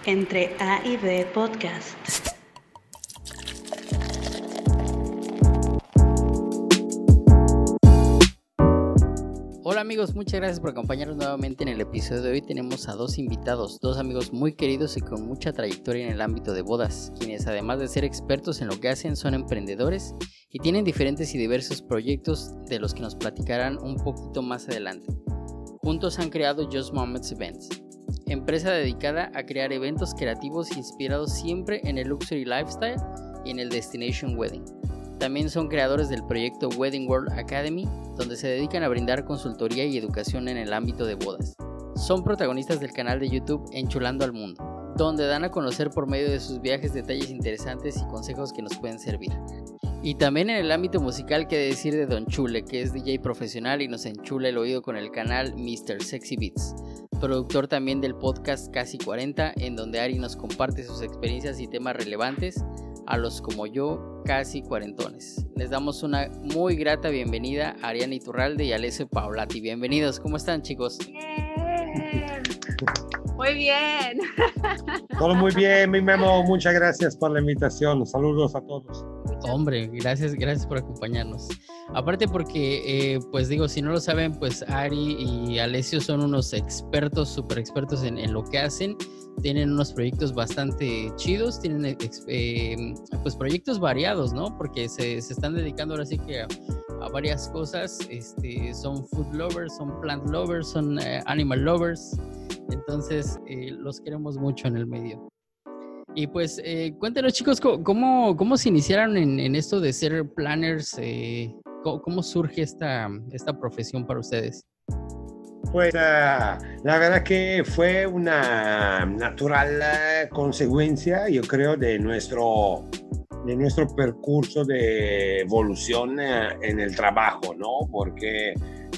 Entre A y B Podcast. Hola amigos, muchas gracias por acompañarnos nuevamente en el episodio de hoy. Tenemos a dos invitados, dos amigos muy queridos y con mucha trayectoria en el ámbito de bodas, quienes además de ser expertos en lo que hacen son emprendedores y tienen diferentes y diversos proyectos de los que nos platicarán un poquito más adelante. Juntos han creado Just Moments Events, empresa dedicada a crear eventos creativos inspirados siempre en el Luxury Lifestyle y en el Destination Wedding. También son creadores del proyecto Wedding World Academy, donde se dedican a brindar consultoría y educación en el ámbito de bodas. Son protagonistas del canal de YouTube Enchulando al Mundo, donde dan a conocer por medio de sus viajes detalles interesantes y consejos que nos pueden servir. Y también en el ámbito musical, qué decir de Don Chule, que es DJ profesional y nos enchula el oído con el canal Mr. Sexy Beats, productor también del podcast Casi 40, en donde Ari nos comparte sus experiencias y temas relevantes a los como yo, casi cuarentones. Les damos una muy grata bienvenida a Ariana Iturralde y Alessio Paolatti. Bienvenidos, ¿cómo están, chicos? Bien. Muy bien. Todo muy bien, mi Memo, muchas gracias por la invitación, saludos a todos. Hombre, gracias por acompañarnos. Aparte porque, pues digo, si no lo saben, pues Ari y Alessio son unos expertos, súper expertos en lo que hacen. Tienen unos proyectos bastante chidos, tienen pues proyectos variados, ¿no? Porque se están dedicando ahora sí que a varias cosas. Son food lovers, son plant lovers, son animal lovers. Entonces, los queremos mucho en el medio. Y pues, cuéntenos, chicos, ¿cómo se iniciaron en esto de ser planners? ¿Cómo surge esta profesión para ustedes? Pues la verdad que fue una natural consecuencia, yo creo, de nuestro percurso de evolución en el trabajo, ¿no? Porque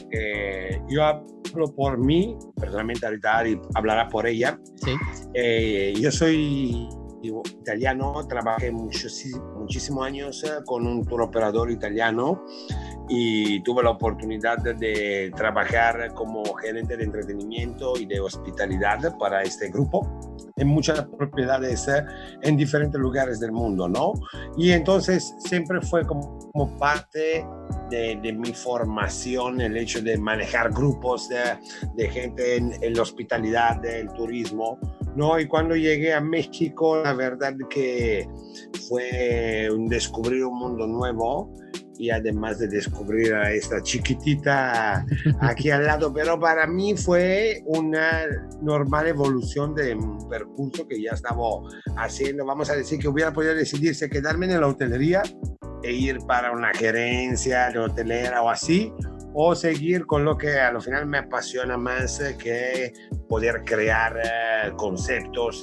yo hablo por mí, personalmente ahorita Ari hablará por ella. Sí. Yo soy italiano, trabajé muchísimos años con un tour operador italiano y tuve la oportunidad de trabajar como gerente de entretenimiento y de hospitalidad para este grupo en muchas propiedades en diferentes lugares del mundo, ¿no? Y entonces siempre fue como parte de mi formación el hecho de manejar grupos de gente en la hospitalidad, del turismo, ¿no? Y cuando llegué a México, la verdad que fue descubrir un mundo nuevo y además de descubrir a esta chiquitita aquí al lado, pero para mí fue una normal evolución de un percurso que ya estaba haciendo. Vamos a decir que hubiera podido decidirse quedarme en la hotelería e ir para una gerencia de hotelera o así, o seguir con lo que a lo final me apasiona más, que poder crear conceptos,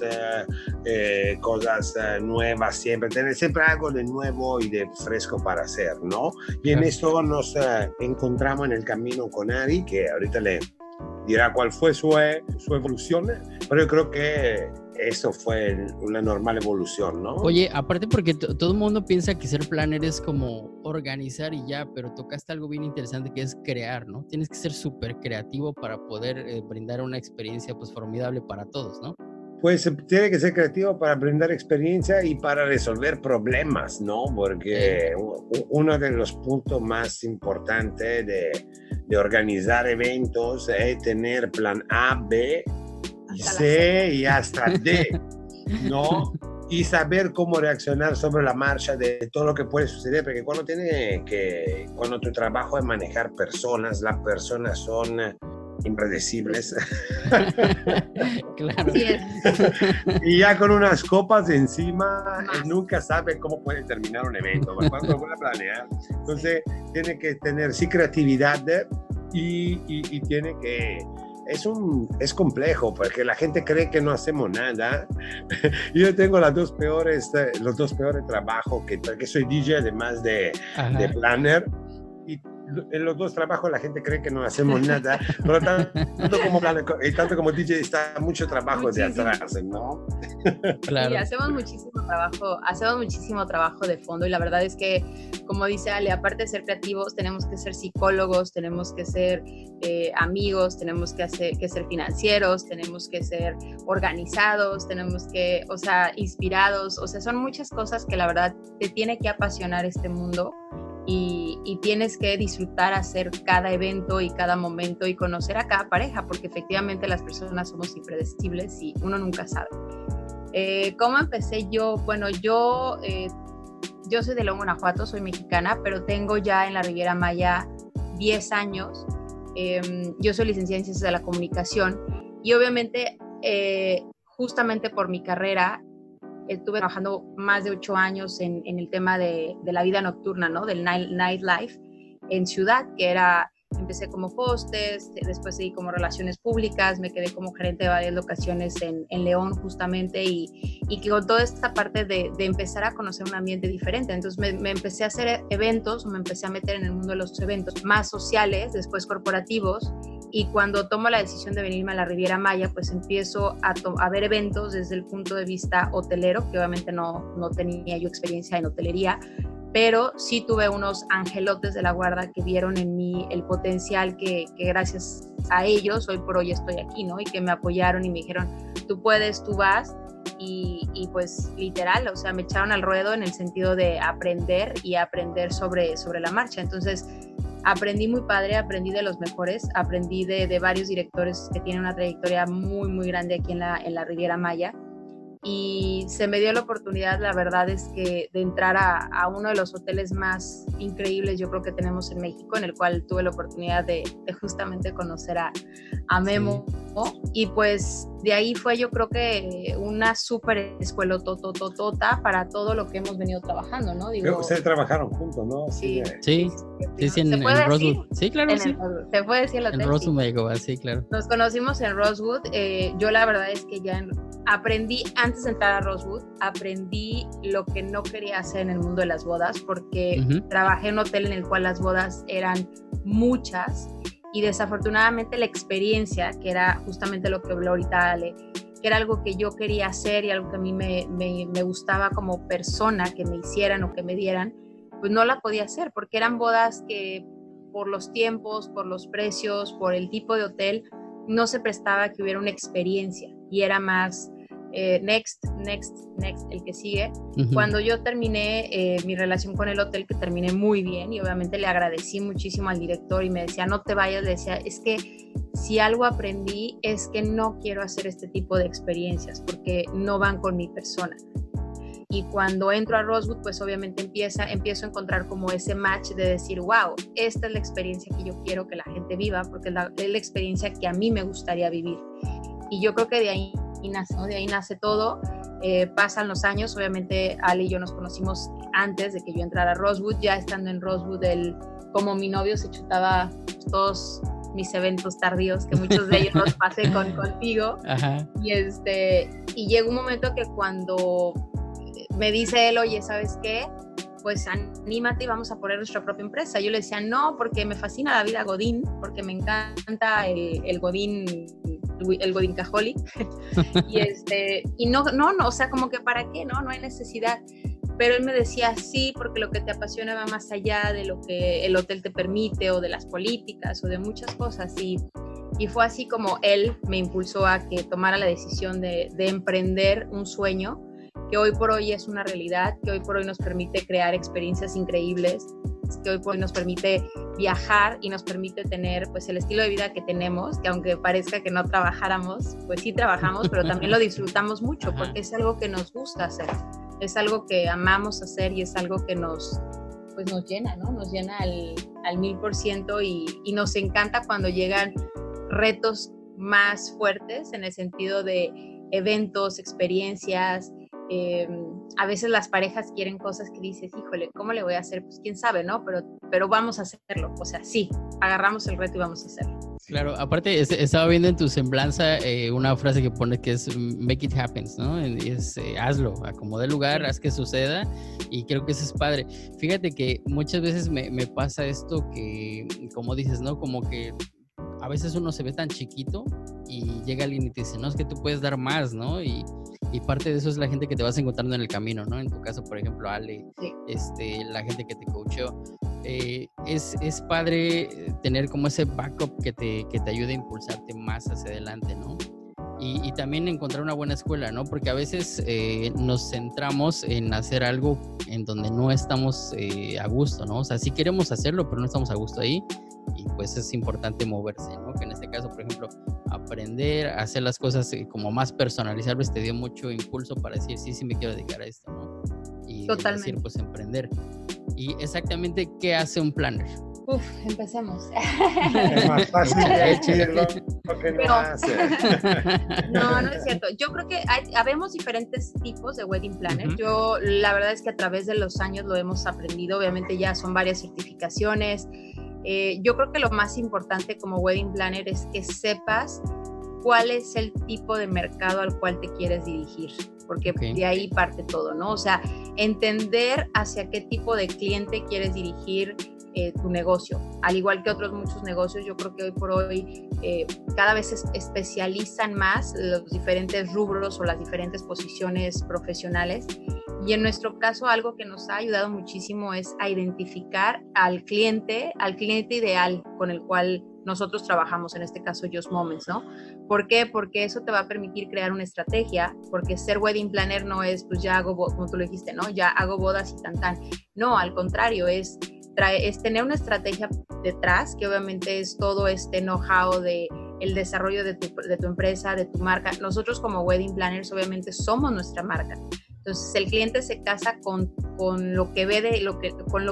cosas nuevas, tener siempre algo de nuevo y de fresco para hacer, ¿no? Y en esto nos encontramos en el camino con Ari, que ahorita le dirá cuál fue su evolución, pero yo creo que eso fue una normal evolución, ¿no? Oye, aparte porque todo el mundo piensa que ser planner es como organizar y ya, pero tocaste algo bien interesante que es crear, ¿no? Tienes que ser súper creativo para poder brindar una experiencia pues formidable para todos, ¿no? Pues tiene que ser creativo para brindar experiencia y para resolver problemas, ¿no? Porque uno de los puntos más importantes de organizar eventos es tener plan A, B, C y hasta D, ¿no? Y saber cómo reaccionar sobre la marcha de todo lo que puede suceder, porque cuando tu trabajo es manejar personas, las personas son impredecibles. Claro. Sí es. Y ya con unas copas encima, nunca sabe cómo puede terminar un evento, cuando lo puede planear. Entonces, tiene que tener sí creatividad y tiene que... Es complejo porque la gente cree que no hacemos nada. Yo tengo los dos peores trabajos porque soy DJ además de planner, y en los dos trabajos la gente cree que no hacemos nada, pero tanto como DJ está mucho trabajo de atrás, ¿no? Claro. Sí, hacemos muchísimo trabajo de fondo y la verdad es que, como dice Ale, aparte de ser creativos, tenemos que ser psicólogos, tenemos que ser amigos, tenemos que ser financieros, tenemos que ser organizados, tenemos que, o sea, inspirados, o sea, son muchas cosas que la verdad te tiene que apasionar este mundo y tienes que disfrutar hacer cada evento y cada momento y conocer a cada pareja, porque efectivamente las personas somos impredecibles y uno nunca sabe. ¿Cómo empecé yo? Bueno, yo soy de León, Guanajuato, soy mexicana, pero tengo ya en la Riviera Maya 10 años. Yo soy licenciada en Ciencias de la Comunicación y obviamente justamente por mi carrera estuve trabajando más de 8 años en el tema de la vida nocturna, ¿no? Del nightlife en ciudad, que era, empecé como hostess, después seguí como relaciones públicas, me quedé como gerente de varias locaciones en León justamente y que con toda esta parte de empezar a conocer un ambiente diferente. Entonces me empecé a hacer eventos, o me empecé a meter en el mundo de los eventos más sociales, después corporativos, y cuando tomo la decisión de venirme a la Riviera Maya, pues empiezo a ver eventos desde el punto de vista hotelero, que obviamente no tenía yo experiencia en hotelería, pero sí tuve unos angelotes de la guarda que vieron en mí el potencial que gracias a ellos hoy por hoy estoy aquí, ¿no? Y que me apoyaron y me dijeron, tú puedes, tú vas, y pues literal, o sea, me echaron al ruedo en el sentido de aprender y aprender sobre la marcha. Entonces, aprendí muy padre, aprendí de los mejores, aprendí de varios directores que tienen una trayectoria muy, muy grande aquí en la Riviera Maya. Y se me dio la oportunidad, la verdad es que de entrar a uno de los hoteles más increíbles yo creo que tenemos en México, en el cual tuve la oportunidad de justamente conocer a Memo. Sí. Y pues de ahí fue yo creo que una súper escuela totototota para todo lo que hemos venido trabajando, ¿no? Digo, ustedes trabajaron juntos, ¿no? Sí, en Rosewood. Sí, claro, sí. Se puede decir el hotel. En Rosewood, México, sí, claro. Nos conocimos en Rosewood. Yo la verdad es que ya aprendí, antes de entrar a Rosewood, aprendí lo que no quería hacer en el mundo de las bodas, porque trabajé en un hotel en el cual las bodas eran muchas y desafortunadamente la experiencia, que era justamente lo que habló ahorita Ale, que era algo que yo quería hacer y algo que a mí me gustaba como persona, que me hicieran o que me dieran, pues no la podía hacer, porque eran bodas que por los tiempos, por los precios, por el tipo de hotel, no se prestaba que hubiera una experiencia y era más next, el que sigue. Cuando yo terminé mi relación con el hotel, que terminé muy bien y obviamente le agradecí muchísimo al director y me decía, no te vayas, le decía, es que si algo aprendí es que no quiero hacer este tipo de experiencias porque no van con mi persona. Y cuando entro a Rosewood, pues obviamente empiezo a encontrar como ese match de decir, wow, esta es la experiencia que yo quiero que la gente viva, porque es la experiencia que a mí me gustaría vivir. Y yo creo que de ahí nace, ¿no? De ahí nace todo. Pasan los años, obviamente Ale y yo nos conocimos antes de que yo entrara a Rosewood. Ya estando en Rosewood, él, como mi novio, se chutaba todos mis eventos tardíos, que muchos de ellos los pasé contigo. Ajá. Y llegó un momento que cuando me dice él, oye, ¿sabes qué? Pues anímate y vamos a poner nuestra propia empresa. Yo le decía, no, porque me fascina la vida Godín, porque me encanta el Godín, el Godincaholic. Y no, o sea, como que ¿para qué? No hay necesidad. Pero él me decía, sí, porque lo que te apasiona va más allá de lo que el hotel te permite o de las políticas o de muchas cosas. Y fue así como él me impulsó a que tomara la decisión de emprender un sueño que hoy por hoy es una realidad, que hoy por hoy nos permite crear experiencias increíbles, que hoy por hoy nos permite viajar y nos permite tener pues el estilo de vida que tenemos, que aunque parezca que no trabajáramos, pues sí trabajamos, pero también lo disfrutamos mucho porque es algo que nos gusta hacer, es algo que amamos hacer y es algo que nos llena, ¿no? Nos llena al 1000% y nos encanta cuando llegan retos más fuertes en el sentido de eventos, experiencias. A veces las parejas quieren cosas que dices, híjole, ¿cómo le voy a hacer? Pues quién sabe, ¿no? Pero pero vamos a hacerlo. O sea, sí, agarramos el reto y vamos a hacerlo. Claro, aparte estaba viendo en tu semblanza una frase que pone que es make it happen, ¿no? Es hazlo, acomoda el lugar, haz que suceda, y creo que eso es padre. Fíjate que muchas veces me pasa esto que, como dices, ¿no? Como que a veces uno se ve tan chiquito y llega alguien y te dice, no, es que tú puedes dar más, ¿no? Y parte de eso es la gente que te vas encontrando en el camino, ¿no? En tu caso, por ejemplo, Ale, sí. La gente que te coacheó. Es padre tener como ese backup que te ayude a impulsarte más hacia adelante, ¿no? Y también encontrar una buena escuela, ¿no? Porque a veces nos centramos en hacer algo en donde no estamos a gusto, ¿no? O sea, sí queremos hacerlo, pero no estamos a gusto ahí, y pues es importante moverse, ¿no? Que en este caso, por ejemplo, aprender a hacer las cosas como más personalizables te dio mucho impulso para decir, sí me quiero dedicar a esto, ¿no? Y totalmente. decir, pues emprender. Y exactamente, ¿qué hace un planner? Empecemos. Es más fácil decirlo que no hace. No es cierto. Yo creo que habemos diferentes tipos de wedding planner. Uh-huh. Yo, la verdad es que a través de los años lo hemos aprendido. Obviamente ya son varias certificaciones. Yo creo que lo más importante como wedding planner es que sepas cuál es el tipo de mercado al cual te quieres dirigir, porque de ahí parte todo, ¿no? O sea, entender hacia qué tipo de cliente quieres dirigir tu negocio. Al igual que otros muchos negocios, yo creo que hoy por hoy cada vez se especializan más los diferentes rubros o las diferentes posiciones profesionales. Y en nuestro caso, algo que nos ha ayudado muchísimo es a identificar al cliente ideal con el cual nosotros trabajamos, en este caso Just Moments, ¿no? ¿Por qué? Porque eso te va a permitir crear una estrategia, porque ser wedding planner no es, pues ya hago, como tú lo dijiste, ¿no? Ya hago bodas y tan. No, al contrario, es tener una estrategia detrás, que obviamente es todo este know-how de el desarrollo de tu empresa, de tu marca. Nosotros como wedding planners obviamente somos nuestra marca. Entonces el cliente se casa con lo que ve de lo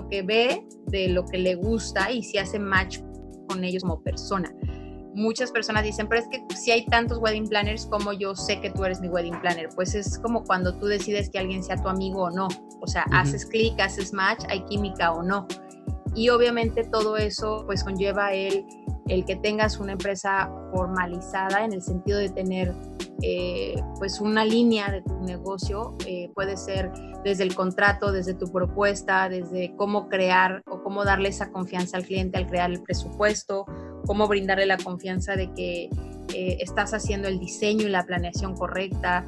que le gusta, y si hace match con ellos como persona. Muchas personas dicen, pero es que si hay tantos wedding planners, ¿cómo yo sé que tú eres mi wedding planner? Pues es como cuando tú decides que alguien sea tu amigo o no. O sea, haces clic, haces match, hay química o no. Y obviamente todo eso pues conlleva el que tengas una empresa formalizada, en el sentido de tener pues una línea de tu negocio. Puede ser desde el contrato, desde tu propuesta, desde cómo crear o cómo darle esa confianza al cliente al crear el presupuesto, cómo brindarle la confianza de que estás haciendo el diseño y la planeación correcta.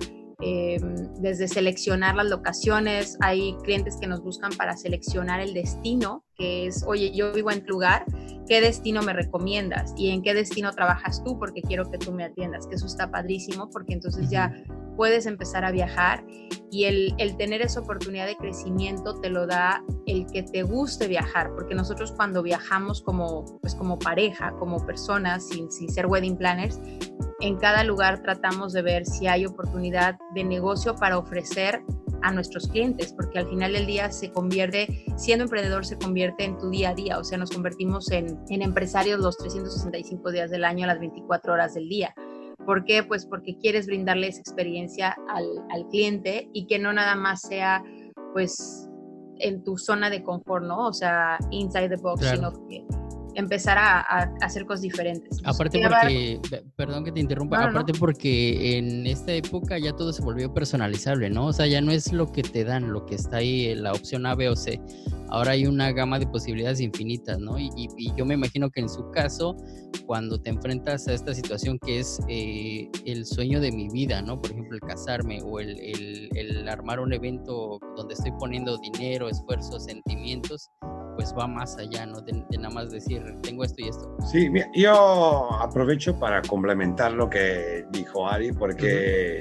Desde seleccionar las locaciones. Hay clientes que nos buscan para seleccionar el destino, que es, oye, yo vivo en tu lugar, ¿qué destino me recomiendas? ¿Y en qué destino trabajas tú? Porque quiero que tú me atiendas, que eso está padrísimo, porque entonces ya puedes empezar a viajar, y el tener esa oportunidad de crecimiento te lo da el que te guste viajar, porque nosotros cuando viajamos como pareja, como personas, sin ser wedding planners, en cada lugar tratamos de ver si hay oportunidad de negocio para ofrecer a nuestros clientes, porque al final del día siendo emprendedor se convierte en tu día a día. O sea, nos convertimos en empresarios los 365 días del año, las 24 horas del día. ¿Por qué? Pues porque quieres brindarle esa experiencia al cliente, y que no nada más sea pues en tu zona de confort, ¿no? O sea, inside the box, claro, sino que empezar a hacer cosas diferentes. Aparte porque, perdón que te interrumpa, porque en esta época ya todo se volvió personalizable, ¿no? O sea, ya no es lo que te dan, lo que está ahí, la opción A, B o C. Ahora hay una gama de posibilidades infinitas, ¿no? Y yo me imagino que en su caso, cuando te enfrentas a esta situación que es el sueño de mi vida, ¿no? Por ejemplo, el casarme, o el armar un evento donde estoy poniendo dinero, esfuerzo, sentimientos, pues va más allá, ¿no? De nada más decir, tengo esto y esto. Sí, yo aprovecho para complementar lo que dijo Ari, porque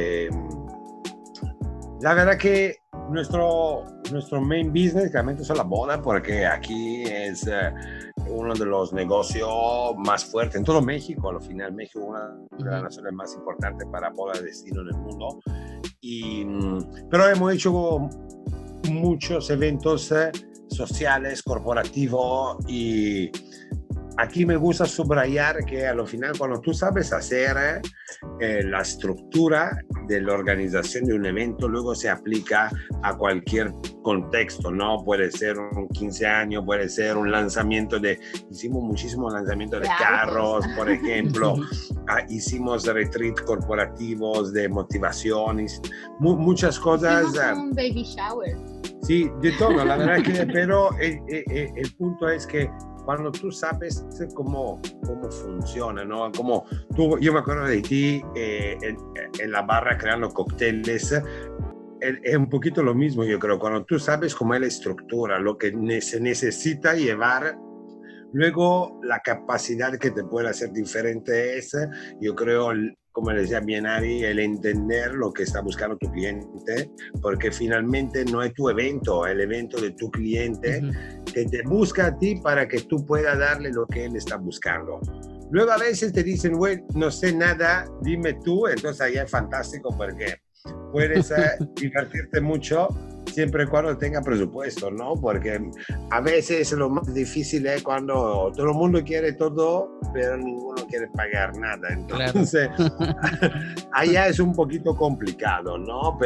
la verdad que nuestro main business realmente es la boda, porque aquí es uno de los negocios más fuertes en todo México. Al final, México es una de las naciones más importantes para boda de destino en el mundo. Pero hemos hecho muchos eventos sociales, corporativos, y aquí me gusta subrayar que a lo final cuando tú sabes hacer la estructura de la organización de un evento, luego se aplica a cualquier contexto, ¿no? Puede ser un 15 años, puede ser un lanzamiento hicimos muchísimos lanzamientos de carros, por ejemplo, hicimos retreat corporativos de motivaciones, muchas cosas. Un baby shower. Sí, de todo, la verdad que, pero el punto es que cuando tú sabes cómo funciona, ¿no? Yo me acuerdo de ti en la barra creando cócteles, es un poquito lo mismo, yo creo, cuando tú sabes cómo es la estructura, lo que se necesita llevar, luego la capacidad que te puede hacer diferente es, yo creo, como decía bien Ari, el entender lo que está buscando tu cliente, porque finalmente no es tu evento, es el evento de tu cliente que te busca a ti para que tú puedas darle lo que él está buscando. Luego a veces te dicen, güey, no sé nada, dime tú, entonces ahí es fantástico porque puedes divertirte mucho siempre y cuando tenga presupuesto, ¿no? Porque a veces lo más difícil es cuando todo el mundo quiere todo, pero ninguno quiere pagar nada. Entonces, allá es un poquito complicado, ¿no?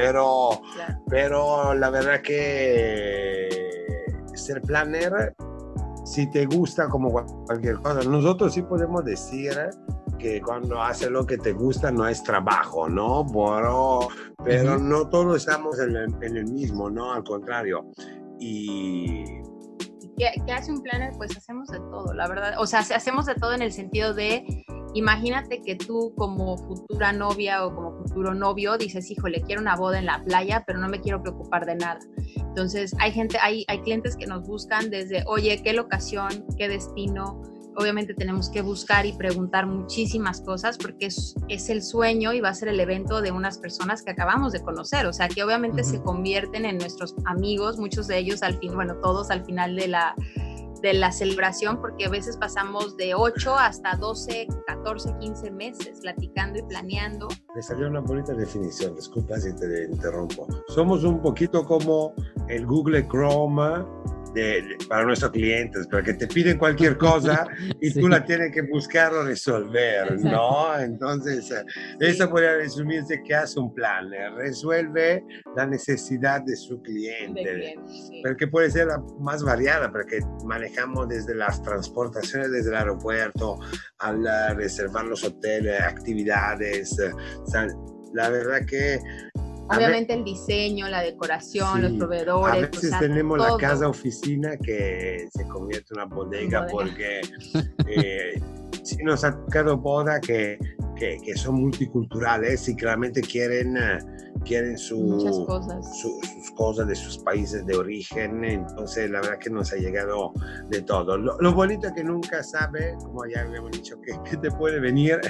Pero la verdad que ser planner, si te gusta como cualquier cosa, nosotros sí podemos decir que cuando haces lo que te gusta no es trabajo, ¿no? Pero no todos estamos en el mismo, ¿no? Al contrario. Y ¿Qué hace un planner? Pues hacemos de todo, la verdad. O sea, hacemos de todo en el sentido de, imagínate que tú como futura novia o como futuro novio dices, híjole, quiero una boda en la playa, pero no me quiero preocupar de nada. Entonces, hay clientes que nos buscan desde, oye, ¿qué locación? ¿Qué destino? Obviamente tenemos que buscar y preguntar muchísimas cosas porque es el sueño y va a ser el evento de unas personas que acabamos de conocer, o sea, que obviamente se convierten en nuestros amigos, muchos de ellos todos al final de la celebración, porque a veces pasamos de 8 hasta 12, 14, 15 meses platicando y planeando. Me salió una bonita definición, disculpa si te interrumpo. Somos un poquito como el Google Chrome para nuestros clientes, porque te piden cualquier cosa y tú la tienes que buscar o resolver, ¿no? Entonces, eso podría resumirse que hace un planner, resuelve la necesidad de su cliente, porque puede ser la más variada, porque manejamos desde las transportaciones desde el aeropuerto, al reservar los hoteles, actividades, o sea, la verdad que obviamente el diseño, la decoración, los proveedores. A veces tenemos todo. La casa oficina que se convierte en una bodega porque sí nos ha tocado bodas que son multiculturales y claramente quieren sus cosas de sus países de origen. Entonces la verdad que nos ha llegado de todo. Lo bonito es que nunca sabe, como ya habíamos dicho, que te puede venir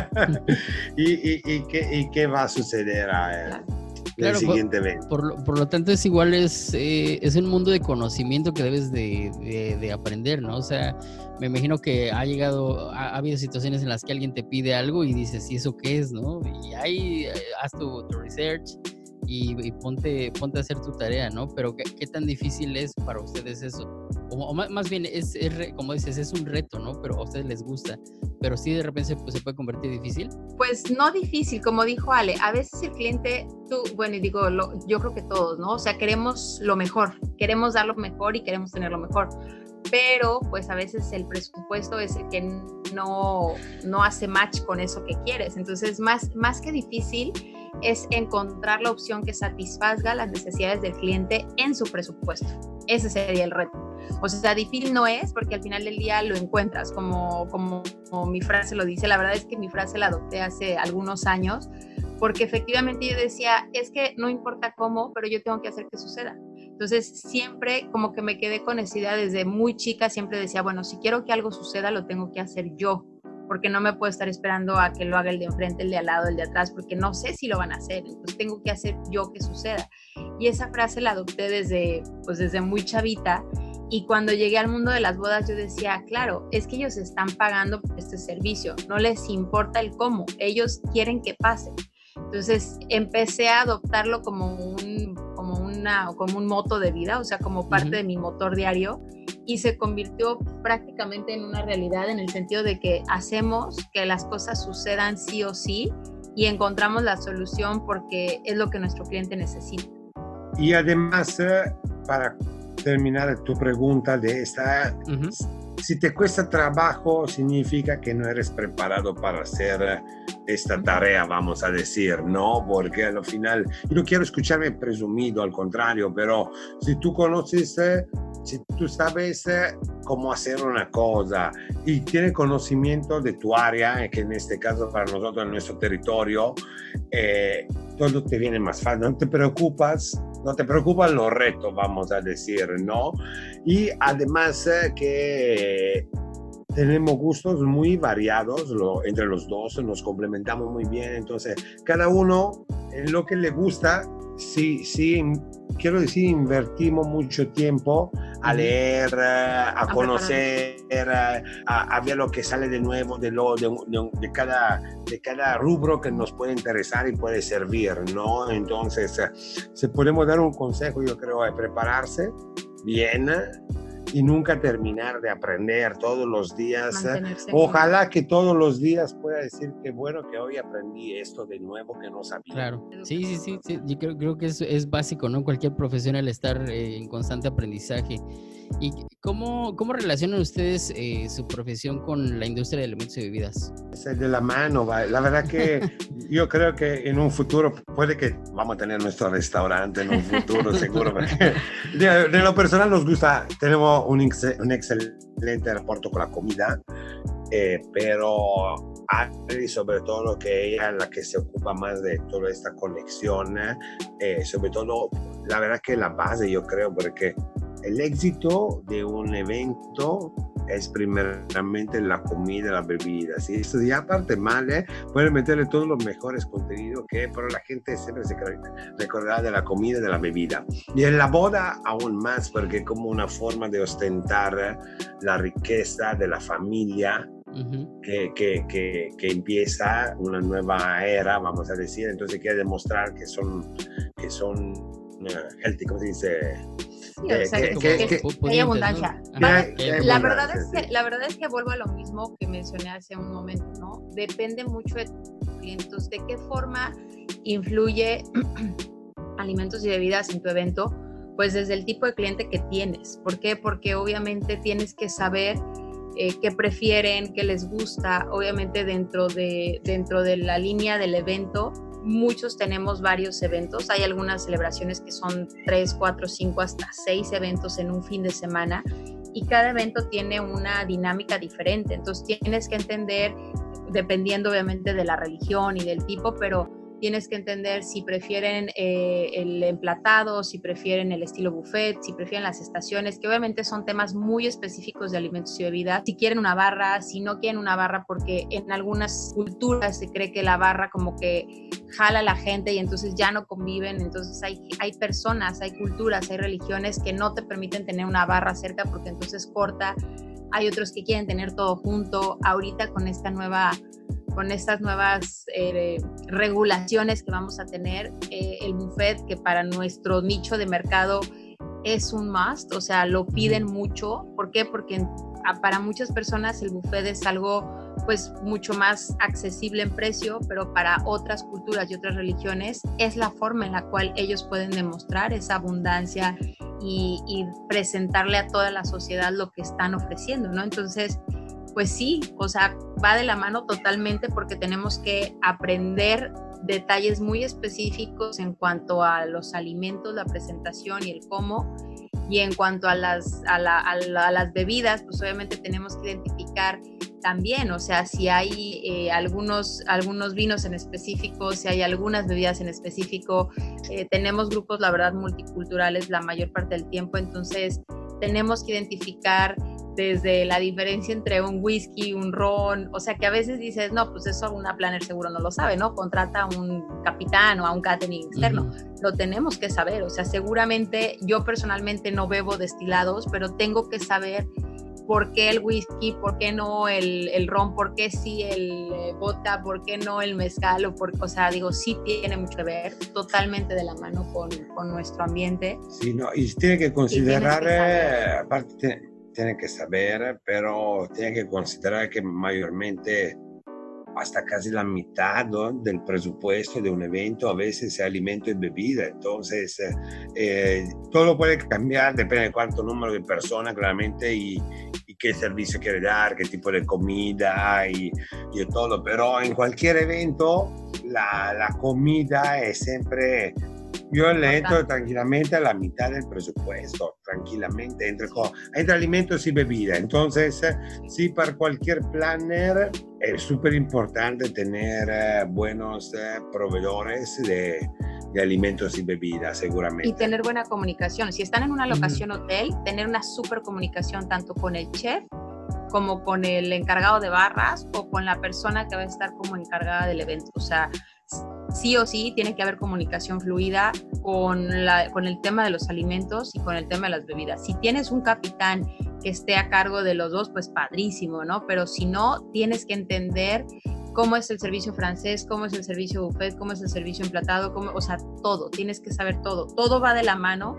y qué va a suceder Claro, siguiente evento. Por lo tanto es igual, es un mundo de conocimiento que debes de aprender, ¿no? O sea, me imagino que ha habido situaciones en las que alguien te pide algo y dices, ¿y eso qué es, no? Y ahí haz tu research y ponte a hacer tu tarea, ¿no? Pero ¿qué tan difícil es para ustedes eso? O más bien, como dices, es un reto, ¿no? Pero a ustedes les gusta. Pero sí de repente se puede convertir difícil. Pues no difícil, como dijo Ale, a veces el cliente, yo creo que todos, ¿no? O sea, queremos lo mejor, queremos dar lo mejor y queremos tener lo mejor. Pero pues a veces el presupuesto es el que no hace match con eso que quieres. Entonces, más que difícil, es encontrar la opción que satisfaga las necesidades del cliente en su presupuesto. Ese sería el reto. O sea, difícil no es, porque al final del día lo encuentras, como mi frase lo dice. La verdad es que mi frase la adopté hace algunos años, porque efectivamente yo decía, es que no importa cómo, pero yo tengo que hacer que suceda. Entonces siempre como que me quedé con esa idea desde muy chica, siempre decía, bueno, si quiero que algo suceda, lo tengo que hacer yo, porque no me puedo estar esperando a que lo haga el de enfrente, el de al lado, el de atrás, porque no sé si lo van a hacer, entonces tengo que hacer yo que suceda. Y esa frase la adopté desde muy chavita, y cuando llegué al mundo de las bodas yo decía, claro, es que ellos están pagando por este servicio, no les importa el cómo, ellos quieren que pase. Entonces empecé a adoptarlo como un moto de vida, o sea, como parte de mi motor diario. y se convirtió prácticamente en una realidad, en el sentido de que hacemos que las cosas sucedan sí o sí y encontramos la solución porque es lo que nuestro cliente necesita. Y además, para terminar tu pregunta de esta, si te cuesta trabajo, significa que no eres preparado para hacer esta tarea, vamos a decir, ¿no? Porque al final, yo no quiero escucharme presumido, al contrario, pero si tú conoces, si tú sabes cómo hacer una cosa y tienes conocimiento de tu área, que en este caso para nosotros, en nuestro territorio, todo te viene más fácil, no te preocupan los retos, vamos a decir, ¿no? Y además que tenemos gustos muy variados entre los dos, nos complementamos muy bien, entonces cada uno en lo que le gusta, sí, quiero decir, invertimos mucho tiempo a leer, a conocer, a ver lo que sale de nuevo de cada rubro que nos puede interesar y puede servir, ¿no? Entonces, si podemos dar un consejo, yo creo, es prepararse bien y nunca terminar de aprender todos los días. Ojalá que todos los días pueda decir que bueno, que hoy aprendí esto de nuevo que no sabía. Claro, sí. Yo creo que es básico, ¿no? Cualquier profesional estar en constante aprendizaje. ¿Y cómo relacionan ustedes su profesión con la industria de alimentos y bebidas? Es de la mano, ¿vale? La verdad que yo creo que en un futuro puede que vamos a tener nuestro restaurante en un futuro seguro, porque de lo personal nos gusta, tenemos un excelente rapporto con la comida, pero Ari, sobre todo que ella es la que se ocupa más de toda esta conexión, sobre todo la verdad que la base, yo creo, porque el éxito de un evento es primeramente la comida y la bebida. Si esto ya parte mal, pueden meterle todos los mejores contenidos pero la gente siempre se recordará de la comida y de la bebida. Y en la boda aún más, porque es como una forma de ostentar la riqueza de la familia, que empieza una nueva era, vamos a decir. Entonces quiere demostrar que son healthy, ¿cómo se dice? Sí, o sea, que hay abundancia. ¿No? La verdad es que vuelvo a lo mismo que mencioné hace un momento, ¿no? Depende mucho de tus clientes, de qué forma influye alimentos y bebidas en tu evento, pues desde el tipo de cliente que tienes. ¿Por qué? Porque obviamente tienes que saber qué prefieren, qué les gusta. Obviamente dentro de la línea del evento, muchos tenemos varios eventos. Hay algunas celebraciones que son 3, 4, 5, hasta 6 eventos en un fin de semana, y cada evento tiene una dinámica diferente. Entonces tienes que entender, dependiendo obviamente de la religión y del tipo, pero tienes que entender si prefieren el emplatado, si prefieren el estilo buffet, si prefieren las estaciones, que obviamente son temas muy específicos de alimentos y bebidas. Si quieren una barra, si no quieren una barra, porque en algunas culturas se cree que la barra como que jala a la gente y entonces ya no conviven. Entonces hay personas, hay culturas, hay religiones que no te permiten tener una barra cerca porque entonces corta. Hay otros que quieren tener todo junto. Ahorita con estas nuevas regulaciones que vamos a tener, el buffet, que para nuestro nicho de mercado es un must, o sea, lo piden mucho. ¿Por qué? Porque para muchas personas el buffet es algo pues mucho más accesible en precio, pero para otras culturas y otras religiones es la forma en la cual ellos pueden demostrar esa abundancia y presentarle a toda la sociedad lo que están ofreciendo, ¿no? Entonces, pues sí, o sea, va de la mano totalmente, porque tenemos que aprender detalles muy específicos en cuanto a los alimentos, la presentación y el cómo. Y en cuanto a las bebidas, pues obviamente tenemos que identificar también, o sea, si hay algunos vinos en específico, si hay algunas bebidas en específico. Tenemos grupos, la verdad, multiculturales la mayor parte del tiempo, entonces tenemos que identificar desde la diferencia entre un whisky, un ron, o sea, que a veces dices, no, pues eso una planner seguro no lo sabe, ¿no? Contrata a un capitán o a un catering externo. Lo tenemos que saber, o sea, seguramente yo personalmente no bebo destilados, pero tengo que saber por qué el whisky, por qué no el ron, por qué sí el vodka, por qué no el mezcal, o sea, digo, sí tiene mucho que ver, totalmente de la mano con nuestro ambiente. Sí, no, y tiene que considerar, aparte, tiene que saber, pero tiene que considerar que mayormente hasta casi la mitad, ¿no?, del presupuesto de un evento a veces es alimento y bebida. Entonces, todo puede cambiar, depende de cuánto número de personas, claramente, y qué servicio quiere dar, qué tipo de comida y todo. Pero en cualquier evento, la comida es siempre... Yo le entro tranquilamente a la mitad del presupuesto, tranquilamente, entre alimentos y bebida. Entonces, sí, para cualquier planner es súper importante tener buenos proveedores de alimentos y bebidas, seguramente. Y tener buena comunicación. Si están en una locación hotel, tener una súper comunicación tanto con el chef como con el encargado de barras o con la persona que va a estar como encargada del evento. O sea, sí o sí tiene que haber comunicación fluida con el tema de los alimentos y con el tema de las bebidas. Si tienes un capitán que esté a cargo de los dos, pues padrísimo, ¿no? Pero si no, tienes que entender cómo es el servicio francés, cómo es el servicio buffet, cómo es el servicio emplatado, o sea, todo, tienes que saber todo. Todo va de la mano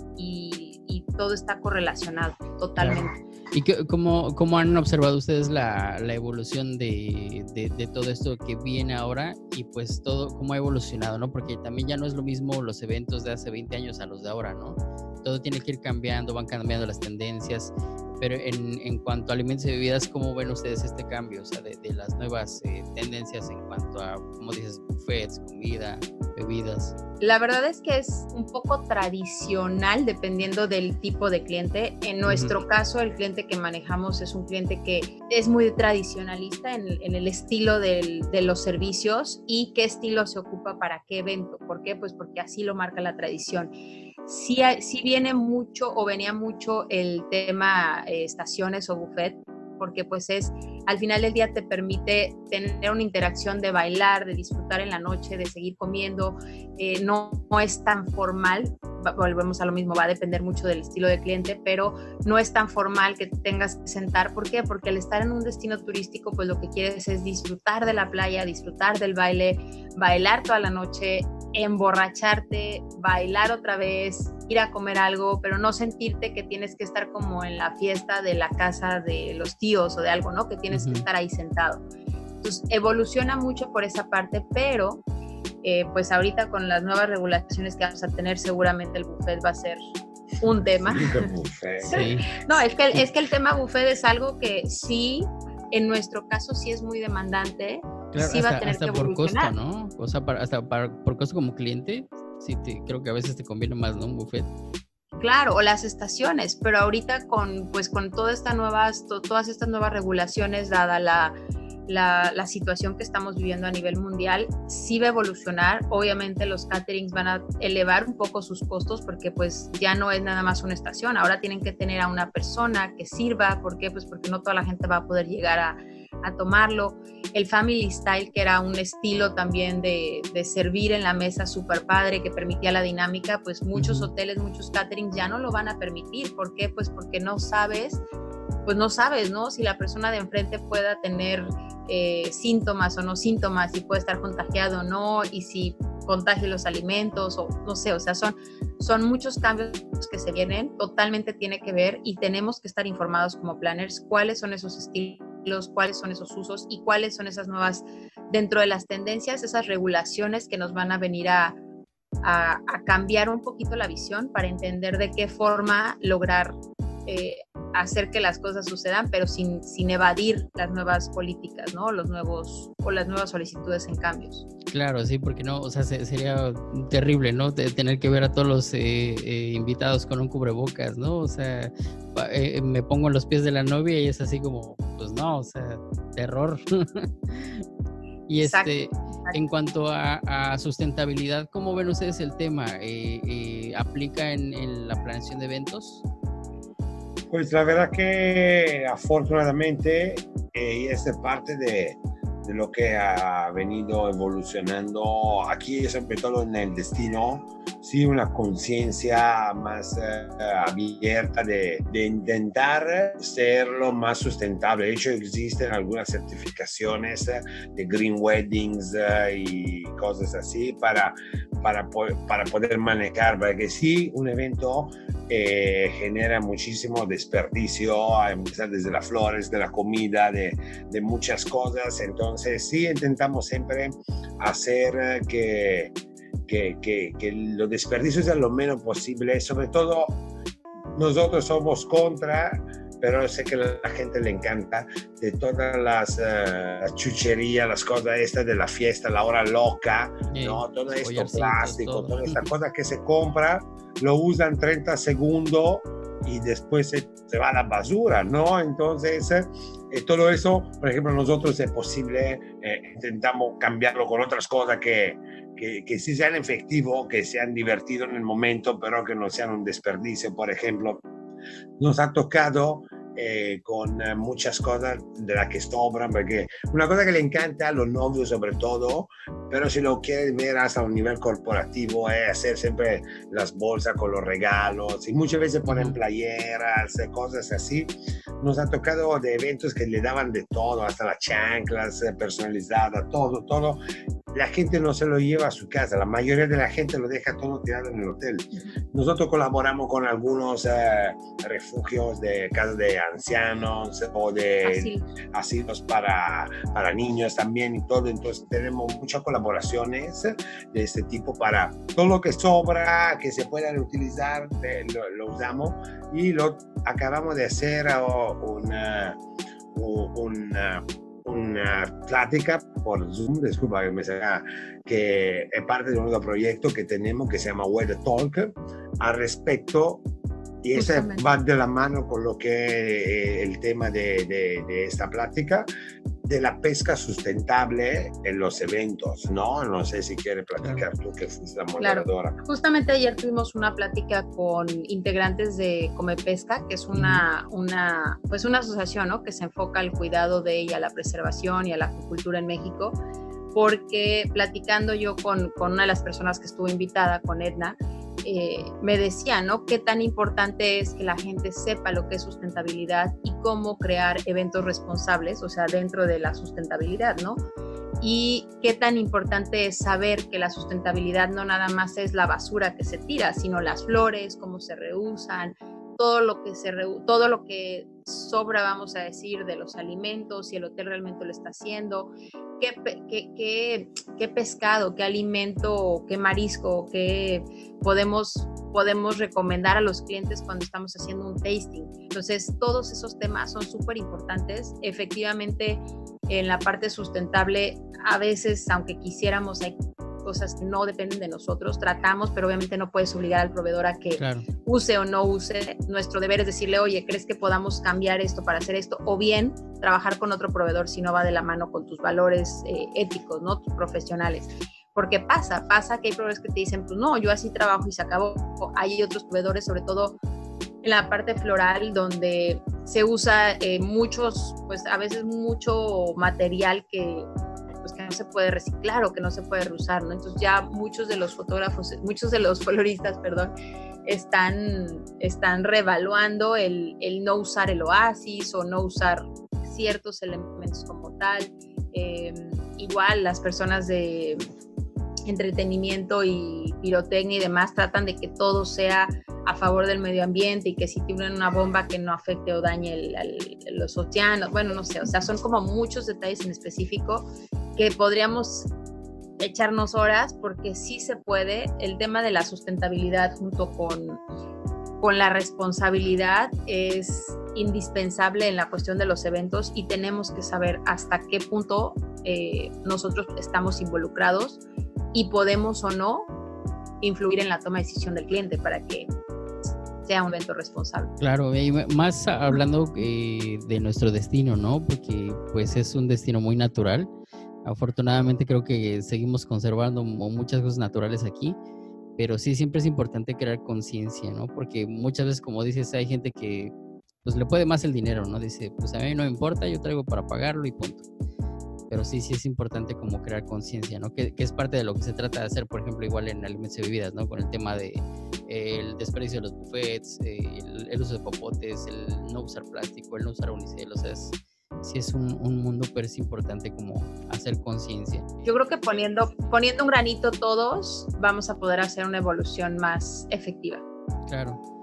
y todo está correlacionado totalmente. Claro. ¿Y cómo han observado ustedes la evolución de todo esto que viene ahora y pues todo cómo ha evolucionado, ¿no? Porque también ya no es lo mismo los eventos de hace 20 años a los de ahora, ¿no? Todo tiene que ir cambiando, van cambiando las tendencias, pero en cuanto a alimentos y bebidas, ¿cómo ven ustedes este cambio? O sea, de las nuevas tendencias en cuanto a, como dices, buffets, comida, bebidas. La verdad es que es un poco tradicional dependiendo del tipo de cliente. En nuestro caso, el cliente que manejamos es un cliente que es muy tradicionalista en el estilo de los servicios y qué estilo se ocupa para qué evento. ¿Por qué? Pues porque así lo marca la tradición. Sí viene mucho o venía mucho el tema estaciones o buffet, porque pues al final del día te permite tener una interacción de bailar, de disfrutar en la noche, de seguir comiendo, no es tan formal, volvemos a lo mismo, va a depender mucho del estilo de cliente, pero no es tan formal que te tengas que sentar. ¿Por qué? Porque al estar en un destino turístico, pues lo que quieres es disfrutar de la playa, disfrutar del baile, bailar toda la noche, emborracharte, bailar otra vez, ir a comer algo, pero no sentirte que tienes que estar como en la fiesta de la casa de los tíos o de algo, ¿no? Que tienes que estar ahí sentado. Entonces, evoluciona mucho por esa parte, pero pues ahorita con las nuevas regulaciones que vamos a tener, seguramente el buffet va a ser un tema. Sí. No, es que el tema buffet es algo que sí, en nuestro caso sí es muy demandante. Claro, sí va a tener que evolucionar. Por costo, ¿no? O sea, por costo como cliente, sí, creo que a veces te conviene más, ¿no? Un buffet. Claro, o las estaciones, pero ahorita con todas estas nuevas regulaciones, dada la situación que estamos viviendo a nivel mundial, sí va a evolucionar. Obviamente los caterings van a elevar un poco sus costos porque pues ya no es nada más una estación, ahora tienen que tener a una persona que sirva. ¿Por qué? Pues porque no toda la gente va a poder llegar a tomarlo. El family style, que era un estilo también de servir en la mesa súper padre, que permitía la dinámica, pues muchos hoteles, muchos caterings ya no lo van a permitir. ¿Por qué? Pues porque no sabes, ¿no? Si la persona de enfrente pueda tener síntomas o no síntomas, si puede estar contagiado o no, y si contagia los alimentos, o no sé, o sea, son muchos cambios que se vienen, totalmente tiene que ver, y tenemos que estar informados como planners cuáles son esos estilos, cuáles son esos usos y cuáles son esas nuevas, dentro de las tendencias, esas regulaciones que nos van a venir a cambiar un poquito la visión para entender de qué forma lograr hacer que las cosas sucedan, pero sin evadir las nuevas políticas, ¿no? Las nuevas solicitudes en cambios. Claro, sí, porque no, o sea, sería terrible, ¿no? Tener que ver a todos los invitados con un cubrebocas, ¿no? O sea, me pongo en los pies de la novia y es así como, pues no, o sea, terror. Y Exacto. En cuanto a sustentabilidad, ¿cómo ven ustedes el tema? ¿Aplica en la planeación de eventos? Pues la verdad que afortunadamente es parte de lo que ha venido evolucionando aquí, sobre todo en el destino, sí, una conciencia más abierta de intentar ser lo más sustentable. De hecho, existen algunas certificaciones de green weddings y cosas así para poder manejar, para que sí, un evento genera muchísimo desperdicio, a empezar desde las flores, de la comida, de muchas cosas. Entonces sí intentamos siempre hacer que los desperdicios sean lo menos posible. Sobre todo nosotros somos contra, pero sé que a la gente le encanta, de todas las chucherías, las cosas estas de la fiesta, la hora loca, ¿no? Todo esto plástico, toda esta cosa que se compra, lo usan 30 segundos y después se va a la basura, ¿no? Entonces, todo eso, por ejemplo, nosotros es posible, intentamos cambiarlo con otras cosas que sí sean efectivos, que sean divertidos en el momento, pero que no sean un desperdicio. Por ejemplo, nos ha tocado con muchas cosas de las que sobran, porque una cosa que le encanta a los novios sobre todo, pero si lo quieres ver hasta un nivel corporativo, es hacer siempre las bolsas con los regalos, y muchas veces ponen playeras, cosas así. Nos ha tocado de eventos que le daban de todo, hasta las chanclas personalizadas, todo. La gente no se lo lleva a su casa, la mayoría de la gente lo deja todo tirado en el hotel. Nosotros colaboramos con algunos refugios de casas de ancianos o de asilos para niños también y todo. Entonces tenemos muchas colaboraciones de este tipo para todo lo que sobra, que se puedan utilizar, lo usamos, y lo acabamos de hacer una plática por Zoom, disculpa que me salga, que es parte de un nuevo proyecto que tenemos que se llama Weather Talk al respecto, y ese va de la mano con lo que el tema de esta plática de la pesca sustentable en los eventos, ¿no? No sé si quieres platicar tú, que fuiste la moderadora. Claro. Justamente ayer tuvimos una plática con integrantes de Comepesca, que es una asociación, ¿no?, que se enfoca al cuidado de ella, a la preservación y a la acuicultura en México, porque platicando yo con una de las personas que estuvo invitada, con Edna, me decía, ¿no?, qué tan importante es que la gente sepa lo que es sustentabilidad y cómo crear eventos responsables, o sea, dentro de la sustentabilidad, ¿no? Y qué tan importante es saber que la sustentabilidad no nada más es la basura que se tira, sino las flores, cómo se reusan, todo lo que sobra, vamos a decir, de los alimentos, si el hotel realmente lo está haciendo, qué pescado, qué alimento, qué marisco, qué podemos recomendar a los clientes cuando estamos haciendo un tasting. Entonces, todos esos temas son súper importantes. Efectivamente, en la parte sustentable, a veces, aunque quisiéramos, hay cosas que no dependen de nosotros, tratamos, pero obviamente no puedes obligar al proveedor a que use o no use. Nuestro deber es decirle, oye, ¿crees que podamos cambiar esto para hacer esto? O bien, trabajar con otro proveedor si no va de la mano con tus valores éticos, ¿no?, tus profesionales. Porque pasa que hay proveedores que te dicen, pues no, yo así trabajo y se acabó. Hay otros proveedores, sobre todo en la parte floral, donde se usa a veces mucho material que no se puede reciclar o que no se puede reusar, ¿no? Entonces ya muchos de los floristas, están reevaluando el no usar el oasis o no usar ciertos elementos como tal. Igual las personas de entretenimiento y pirotecnia y demás tratan de que todo sea a favor del medio ambiente y que si tienen una bomba que no afecte o dañe los océanos, bueno, no sé, o sea, son como muchos detalles en específico que podríamos echarnos horas, porque sí se puede. El tema de la sustentabilidad junto con la responsabilidad es indispensable en la cuestión de los eventos, y tenemos que saber hasta qué punto nosotros estamos involucrados y podemos o no influir en la toma de decisión del cliente para que sea un evento responsable. Claro, y más hablando de nuestro destino, ¿no? Porque pues es un destino muy natural. Afortunadamente creo que seguimos conservando muchas cosas naturales aquí, pero sí siempre es importante crear conciencia, ¿no? Porque muchas veces, como dices, hay gente que pues le puede más el dinero, ¿no? Dice, pues a mí no me importa, yo traigo para pagarlo y punto. Pero sí es importante como crear conciencia, ¿no? Que es parte de lo que se trata de hacer, por ejemplo, igual en alimentos y bebidas, ¿no? Con el tema de el desperdicio de los buffets, el uso de popotes, el no usar plástico, el no usar unicel, o sea, sí es un mundo, pero es importante como hacer conciencia. Yo creo que poniendo un granito todos, vamos a poder hacer una evolución más efectiva. Claro.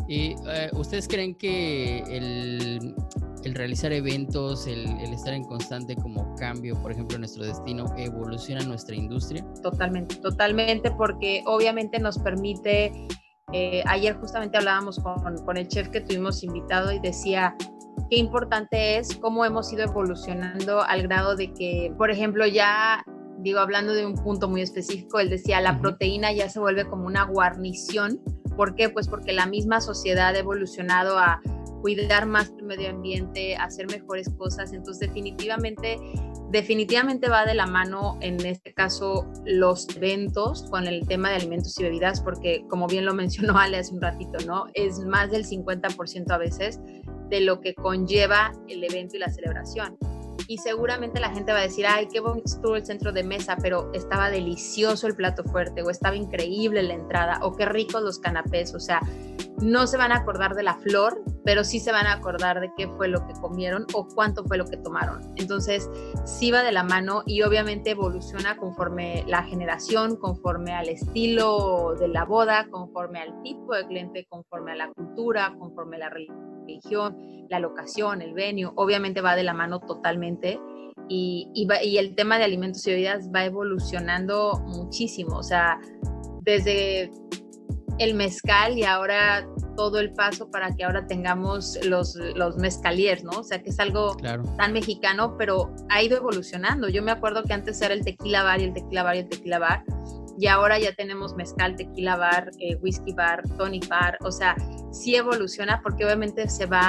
¿Y ustedes creen que el realizar eventos, el estar en constante como cambio, por ejemplo, en nuestro destino, evoluciona nuestra industria? Totalmente, porque obviamente nos permite, ayer justamente hablábamos con el chef que tuvimos invitado y decía qué importante es cómo hemos ido evolucionando al grado de que, por ejemplo, ya, digo, hablando de un punto muy específico, él decía, la proteína ya se vuelve como una guarnición. ¿Por qué? Pues porque la misma sociedad ha evolucionado a cuidar más el medio ambiente, a hacer mejores cosas. Entonces, definitivamente va de la mano, en este caso, los eventos con el tema de alimentos y bebidas, porque como bien lo mencionó Ale hace un ratito, ¿no? Es más del 50% a veces de lo que conlleva el evento y la celebración. Y seguramente la gente va a decir, ay, qué bonito estuvo el centro de mesa, pero estaba delicioso el plato fuerte, o estaba increíble la entrada, o qué ricos los canapés. O sea, no se van a acordar de la flor, pero sí se van a acordar de qué fue lo que comieron o cuánto fue lo que tomaron. Entonces, sí va de la mano y obviamente evoluciona conforme la generación, conforme al estilo de la boda, conforme al tipo de cliente, conforme a la cultura, conforme a la religión, la locación, el venue. Obviamente va de la mano totalmente y el tema de alimentos y bebidas va evolucionando muchísimo. O sea, desde el mezcal y ahora todo el paso para que ahora tengamos los mezcaliers, ¿no? O sea, que es algo tan mexicano, pero ha ido evolucionando. Yo me acuerdo que antes era el tequila bar y el tequila bar y el tequila bar, y ahora ya tenemos mezcal, tequila bar, whisky bar, tonic bar. O sea, sí evoluciona porque obviamente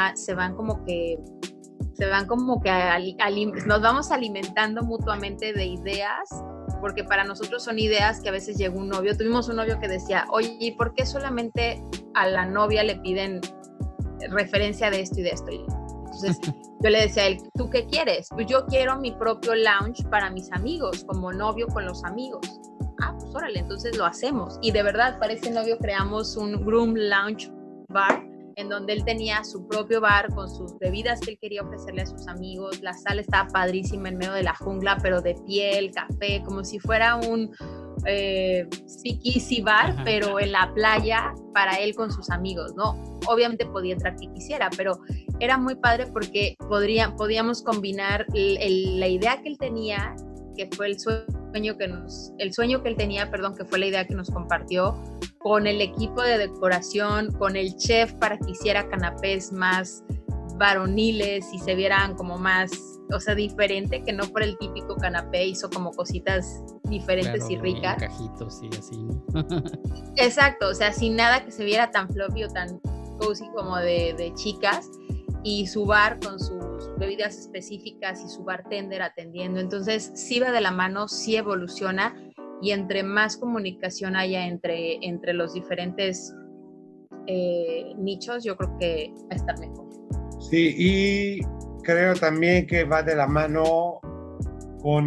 nos vamos alimentando mutuamente de ideas, porque para nosotros son ideas que a veces llegó un novio. Tuvimos un novio que decía, oye, ¿y por qué solamente a la novia le piden referencia de esto y de esto? Entonces yo le decía a él, ¿tú qué quieres? Pues yo quiero mi propio lounge para mis amigos, como novio con los amigos. Ah, pues órale, entonces lo hacemos. Y de verdad, para ese novio creamos un groom lounge bar, en donde él tenía su propio bar con sus bebidas que él quería ofrecerle a sus amigos. La sala estaba padrísima en medio de la jungla, pero de piel, café, como si fuera un speakeasy bar, pero en la playa para él con sus amigos, ¿no? Obviamente podía entrar quien quisiera, pero era muy padre porque podíamos combinar la idea que él tenía, que fue el sueño que él tenía, que fue la idea que nos compartió, con el equipo de decoración, con el chef para que hiciera canapés más varoniles y se vieran como más, o sea, diferente, que no por el típico canapé, hizo como cositas diferentes y ricas. Cajitos y así, ¿no? Exacto, o sea, sin nada que se viera tan floppy o tan cozy como de chicas, y su bar con sus bebidas específicas y su bartender atendiendo. Entonces sí va de la mano, sí evoluciona, y entre más comunicación haya entre los diferentes nichos, yo creo que va a estar mejor. Sí, y creo también que va de la mano con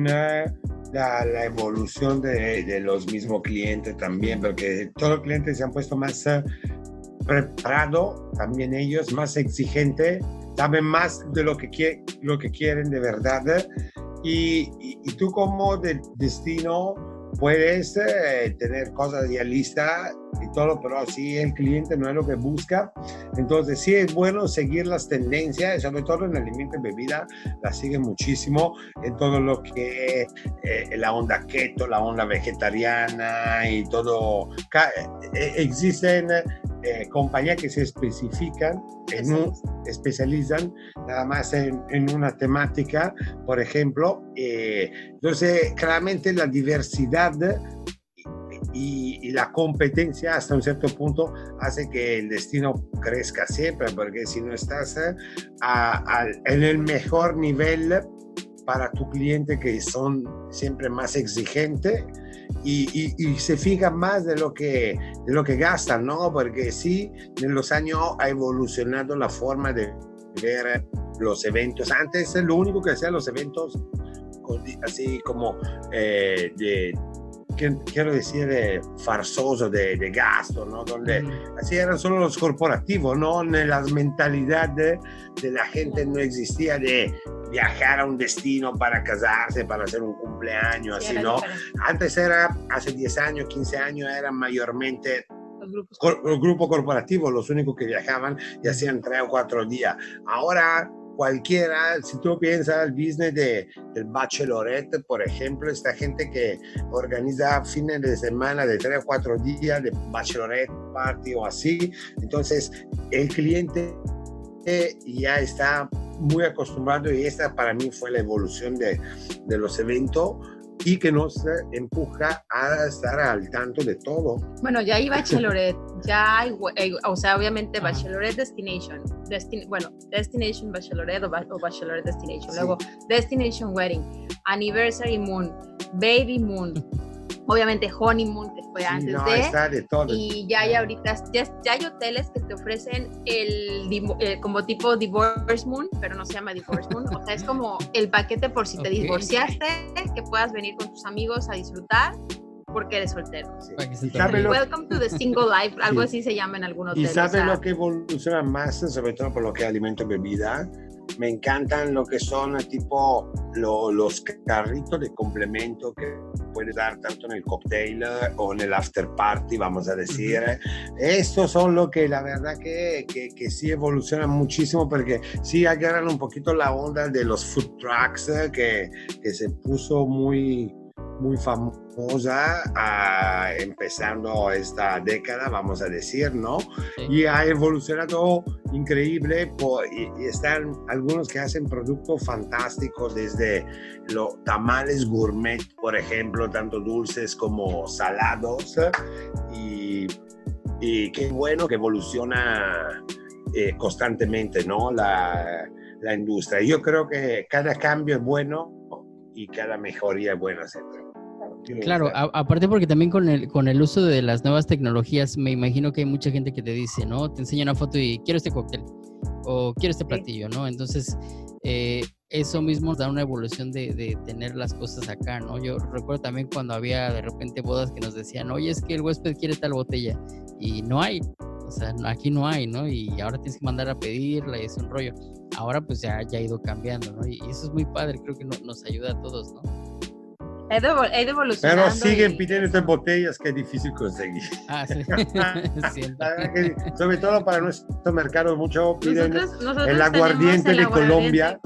la evolución de los mismos clientes también, porque todos los clientes se han puesto más preparados, también ellos más exigentes, saben más de lo que quieren de verdad, y tú como destino puedes tener cosas ya listas y todo, pero si el cliente no es lo que busca, entonces sí es bueno seguir las tendencias, sobre todo en alimentos y bebida, las sigue muchísimo en todo lo que la onda keto, la onda vegetariana y todo. Existen compañías que se especializan nada más en una temática, por ejemplo. Entonces, claramente la diversidad y la competencia hasta un cierto punto hace que el destino crezca siempre, porque si no estás en el mejor nivel para tu cliente, que son siempre más exigentes, y se fijan más de lo que gastan, ¿no? Porque sí, en los años ha evolucionado la forma de ver los eventos. Antes lo único que hacían los eventos, así como quiero decir, farsoso de gasto, ¿no? Donde así eran solo los corporativos, ¿no? Las mentalidades de la gente no existía de viajar a un destino para casarse, para hacer un cumpleaños, sí, así, ¿no? Diferente. Antes hace 10 años, 15 años, era mayormente los grupos corporativos, los únicos que viajaban y hacían 3 o 4 días. Ahora cualquiera, si tú piensas el business del bachelorette, por ejemplo, esta gente que organiza fines de semana de 3 o 4 días de bachelorette party o así, entonces el cliente ya está muy acostumbrado, y esta para mí fue la evolución de los eventos, y que nos empuja a estar al tanto de todo. Bueno, ya hay Bachelorette, ya hay, o sea, obviamente Bachelorette Destination, Destination Bachelorette o Bachelorette Destination, sí. Luego Destination Wedding, Anniversary Moon, Baby Moon, obviamente Honeymoon, que fue antes de todo. Y ya hay ahorita, ya hay hoteles que te ofrecen como tipo Divorce Moon, pero no se llama Divorce Moon, o sea, es como el paquete por si te divorciaste, que puedas venir con tus amigos a disfrutar porque eres soltero. Sí. Welcome to the single life, algo así se llama en algunos hoteles. ¿Y sabes lo que evoluciona más, sobre todo por lo que es alimento y bebida? Me encantan lo que son tipo los carritos de complemento que puedes dar tanto en el cocktail o en el after party, vamos a decir. Estos son lo que la verdad que sí evolucionan muchísimo, porque sí agarran un poquito la onda de los food trucks que se puso muy famosa empezando esta década, vamos a decir, ¿no? Sí. Y ha evolucionado increíble, y están algunos que hacen productos fantásticos, desde los tamales gourmet, por ejemplo, tanto dulces como salados, y qué bueno que evoluciona constantemente, ¿no? La industria. Yo creo que cada cambio es bueno y cada mejoría es buena siempre. Claro, aparte porque también con el uso de las nuevas tecnologías, me imagino que hay mucha gente que te dice, ¿no? Te enseña una foto y quiero este cóctel o quiero este platillo, ¿no? Entonces, eso mismo da una evolución de tener las cosas acá, ¿no? Yo recuerdo también cuando había de repente bodas que nos decían, oye, es que el huésped quiere tal botella y no hay, o sea, aquí no hay, ¿no? Y ahora tienes que mandar a pedirla y es un rollo. Ahora pues ya ha ido cambiando, ¿no? Y eso es muy padre, creo que nos ayuda a todos, ¿no? He ido evolucionando. Pero siguen pidiendo estas botellas que es difícil conseguir. Ah, sí. Sobre todo para nuestro mercado, mucho piden el aguardiente de Colombia.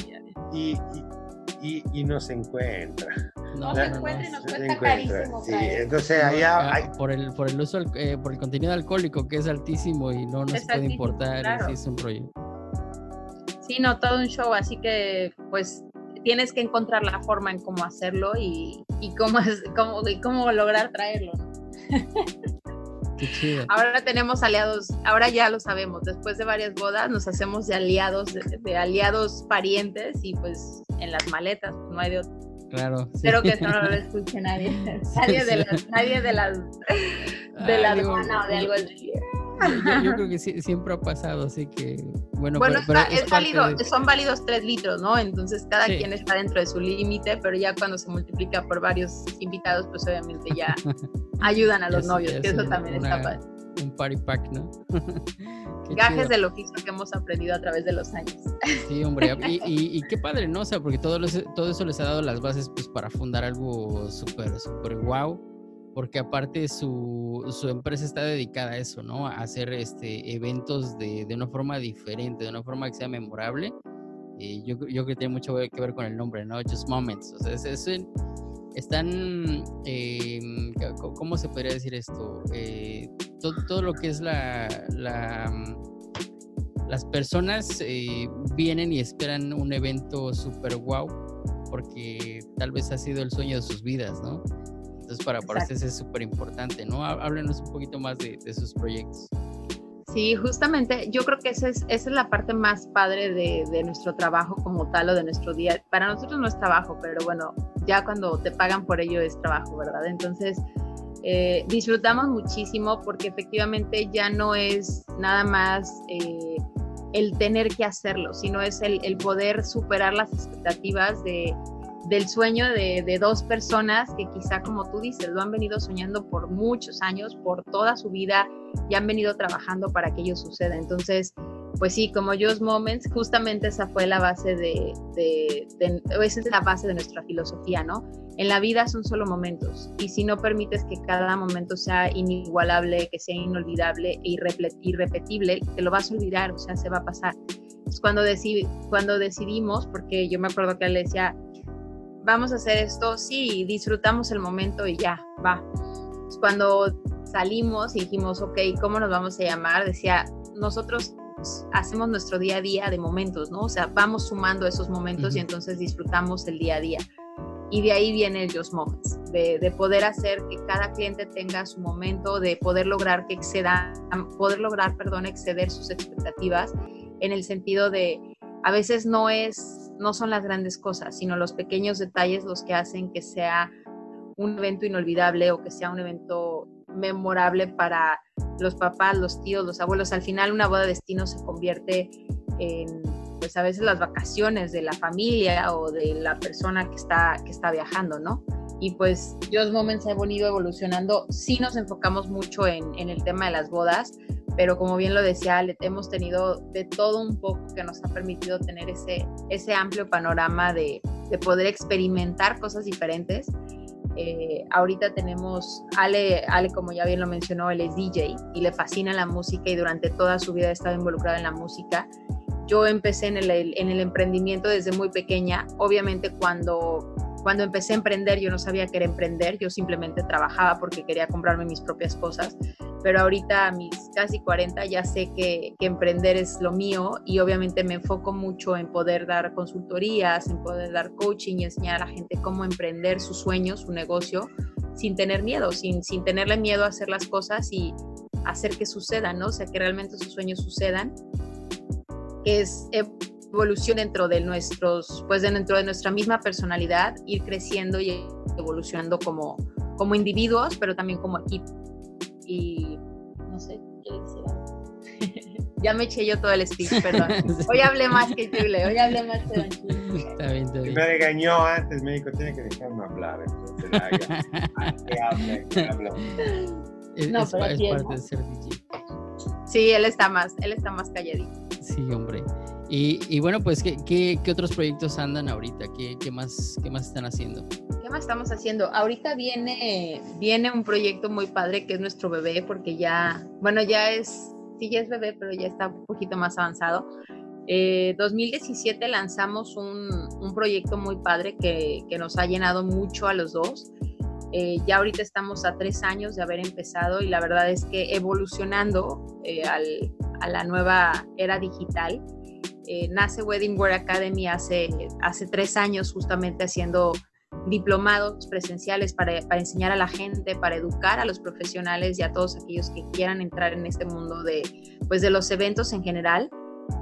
Y no se encuentra. No se encuentra y nos cuesta carísimo. Sí, entonces allá hay... por el uso, por el contenido alcohólico, que es altísimo y no nos puede importar, claro. Sí, es un rollo. Sí, no, todo un show, así que pues tienes que encontrar la forma en cómo hacerlo y cómo lograr traerlo, ¿no? Qué chido. Ahora tenemos aliados, ahora ya lo sabemos, después de varias bodas nos hacemos de aliados, de aliados parientes, y pues en las maletas, pues, no hay de otro. Claro. Sí. Espero que esto no lo escuche nadie. Nadie de las aduana o de algo así. Yo creo que sí, siempre ha pasado, así que bueno pero es válido, son válidos 3 litros, ¿no? Entonces cada quien está dentro de su límite, pero ya cuando se multiplica por varios invitados, pues obviamente ya ayudan a los novios, que eso también está padre. Un party pack, ¿no? Gajes del oficio que hemos aprendido a través de los años. Sí, hombre, y qué padre, ¿no? O sea, porque todo eso les ha dado las bases pues para fundar algo súper wow, porque aparte su empresa está dedicada a eso, ¿no? A hacer eventos de una forma diferente, de una forma que sea memorable. Yo creo que tiene mucho que ver con el nombre, ¿no? Just Moments. O sea, están, ¿cómo se podría decir esto? Todo lo que es las personas vienen y esperan un evento súper wow, porque tal vez ha sido el sueño de sus vidas, ¿no? Entonces para ustedes es súper importante, ¿no? Háblenos un poquito más de sus proyectos. Sí, justamente yo creo que esa es la parte más padre de nuestro trabajo como tal, o de nuestro día. Para nosotros no es trabajo, pero bueno, ya cuando te pagan por ello es trabajo, ¿verdad? Entonces disfrutamos muchísimo, porque efectivamente ya no es nada más el tener que hacerlo, sino es el poder superar las expectativas del sueño de 2 personas que quizá, como tú dices, lo han venido soñando por muchos años, por toda su vida, y han venido trabajando para que ello suceda. Entonces, pues sí, como Just Moments, justamente esa fue la base esa es la base de nuestra filosofía, ¿no? En la vida son solo momentos, y si no permites que cada momento sea inigualable, que sea inolvidable e irrepetible, te lo vas a olvidar, o sea, se va a pasar. Es cuando decidimos, porque yo me acuerdo que él decía, vamos a hacer esto, sí, disfrutamos el momento y ya, va. Es cuando salimos y dijimos, ok, ¿cómo nos vamos a llamar? Decía, nosotros hacemos nuestro día a día de momentos, ¿no? O sea, vamos sumando esos momentos y entonces disfrutamos el día a día. Y de ahí viene el Just Moments, de poder hacer que cada cliente tenga su momento, de poder lograr exceder sus expectativas, en el sentido de, a veces no son las grandes cosas, sino los pequeños detalles los que hacen que sea un evento inolvidable o que sea un evento memorable para los papás, los tíos, los abuelos. Al final una boda de destino se convierte en, pues a veces las vacaciones de la familia o de la persona que está viajando, ¿no? Y pues Just Moments ha venido evolucionando. Sí nos enfocamos mucho en el tema de las bodas, pero como bien lo decía Ale, hemos tenido de todo un poco que nos ha permitido tener ese amplio panorama de poder experimentar cosas diferentes. Ahorita tenemos Ale, como ya bien lo mencionó, él es DJ y le fascina la música y durante toda su vida ha estado involucrada en la música. Yo empecé en el emprendimiento desde muy pequeña. Obviamente cuando empecé a emprender yo no sabía qué era emprender, yo simplemente trabajaba porque quería comprarme mis propias cosas, pero ahorita a mis casi 40 ya sé que emprender es lo mío y obviamente me enfoco mucho en poder dar consultorías, en poder dar coaching y enseñar a la gente cómo emprender su sueño, su negocio, sin tener miedo, sin tenerle miedo a hacer las cosas y hacer que sucedan, ¿no? O sea, que realmente sus sueños sucedan, que es evolución dentro de nuestra misma personalidad, ir creciendo y evolucionando como individuos, pero también como equipo. Y no sé, ¿quieres decir algo? Ya me eché yo todo el speech, perdón. Hoy hablé más que Chule, hoy hablé más que Don Chule. Está bien. Me regañó antes, me dijo, tiene que dejarme hablar. Entonces, que hable. No, es parte de ser DJ. Sí, él está más calladito. Sí, hombre. Y bueno, pues, ¿qué otros proyectos andan ahorita? ¿Qué más están haciendo? ¿Qué más estamos haciendo? Ahorita viene un proyecto muy padre que es nuestro bebé, porque ya es bebé, pero ya está un poquito más avanzado. 2017 lanzamos un proyecto muy padre que nos ha llenado mucho a los dos. Ya ahorita estamos a 3 años de haber empezado y la verdad es que evolucionando a la nueva era digital. Nace Wedding Wear Academy hace 3 años, justamente haciendo diplomados presenciales para enseñar a la gente, para educar a los profesionales y a todos aquellos que quieran entrar en este mundo de los eventos en general.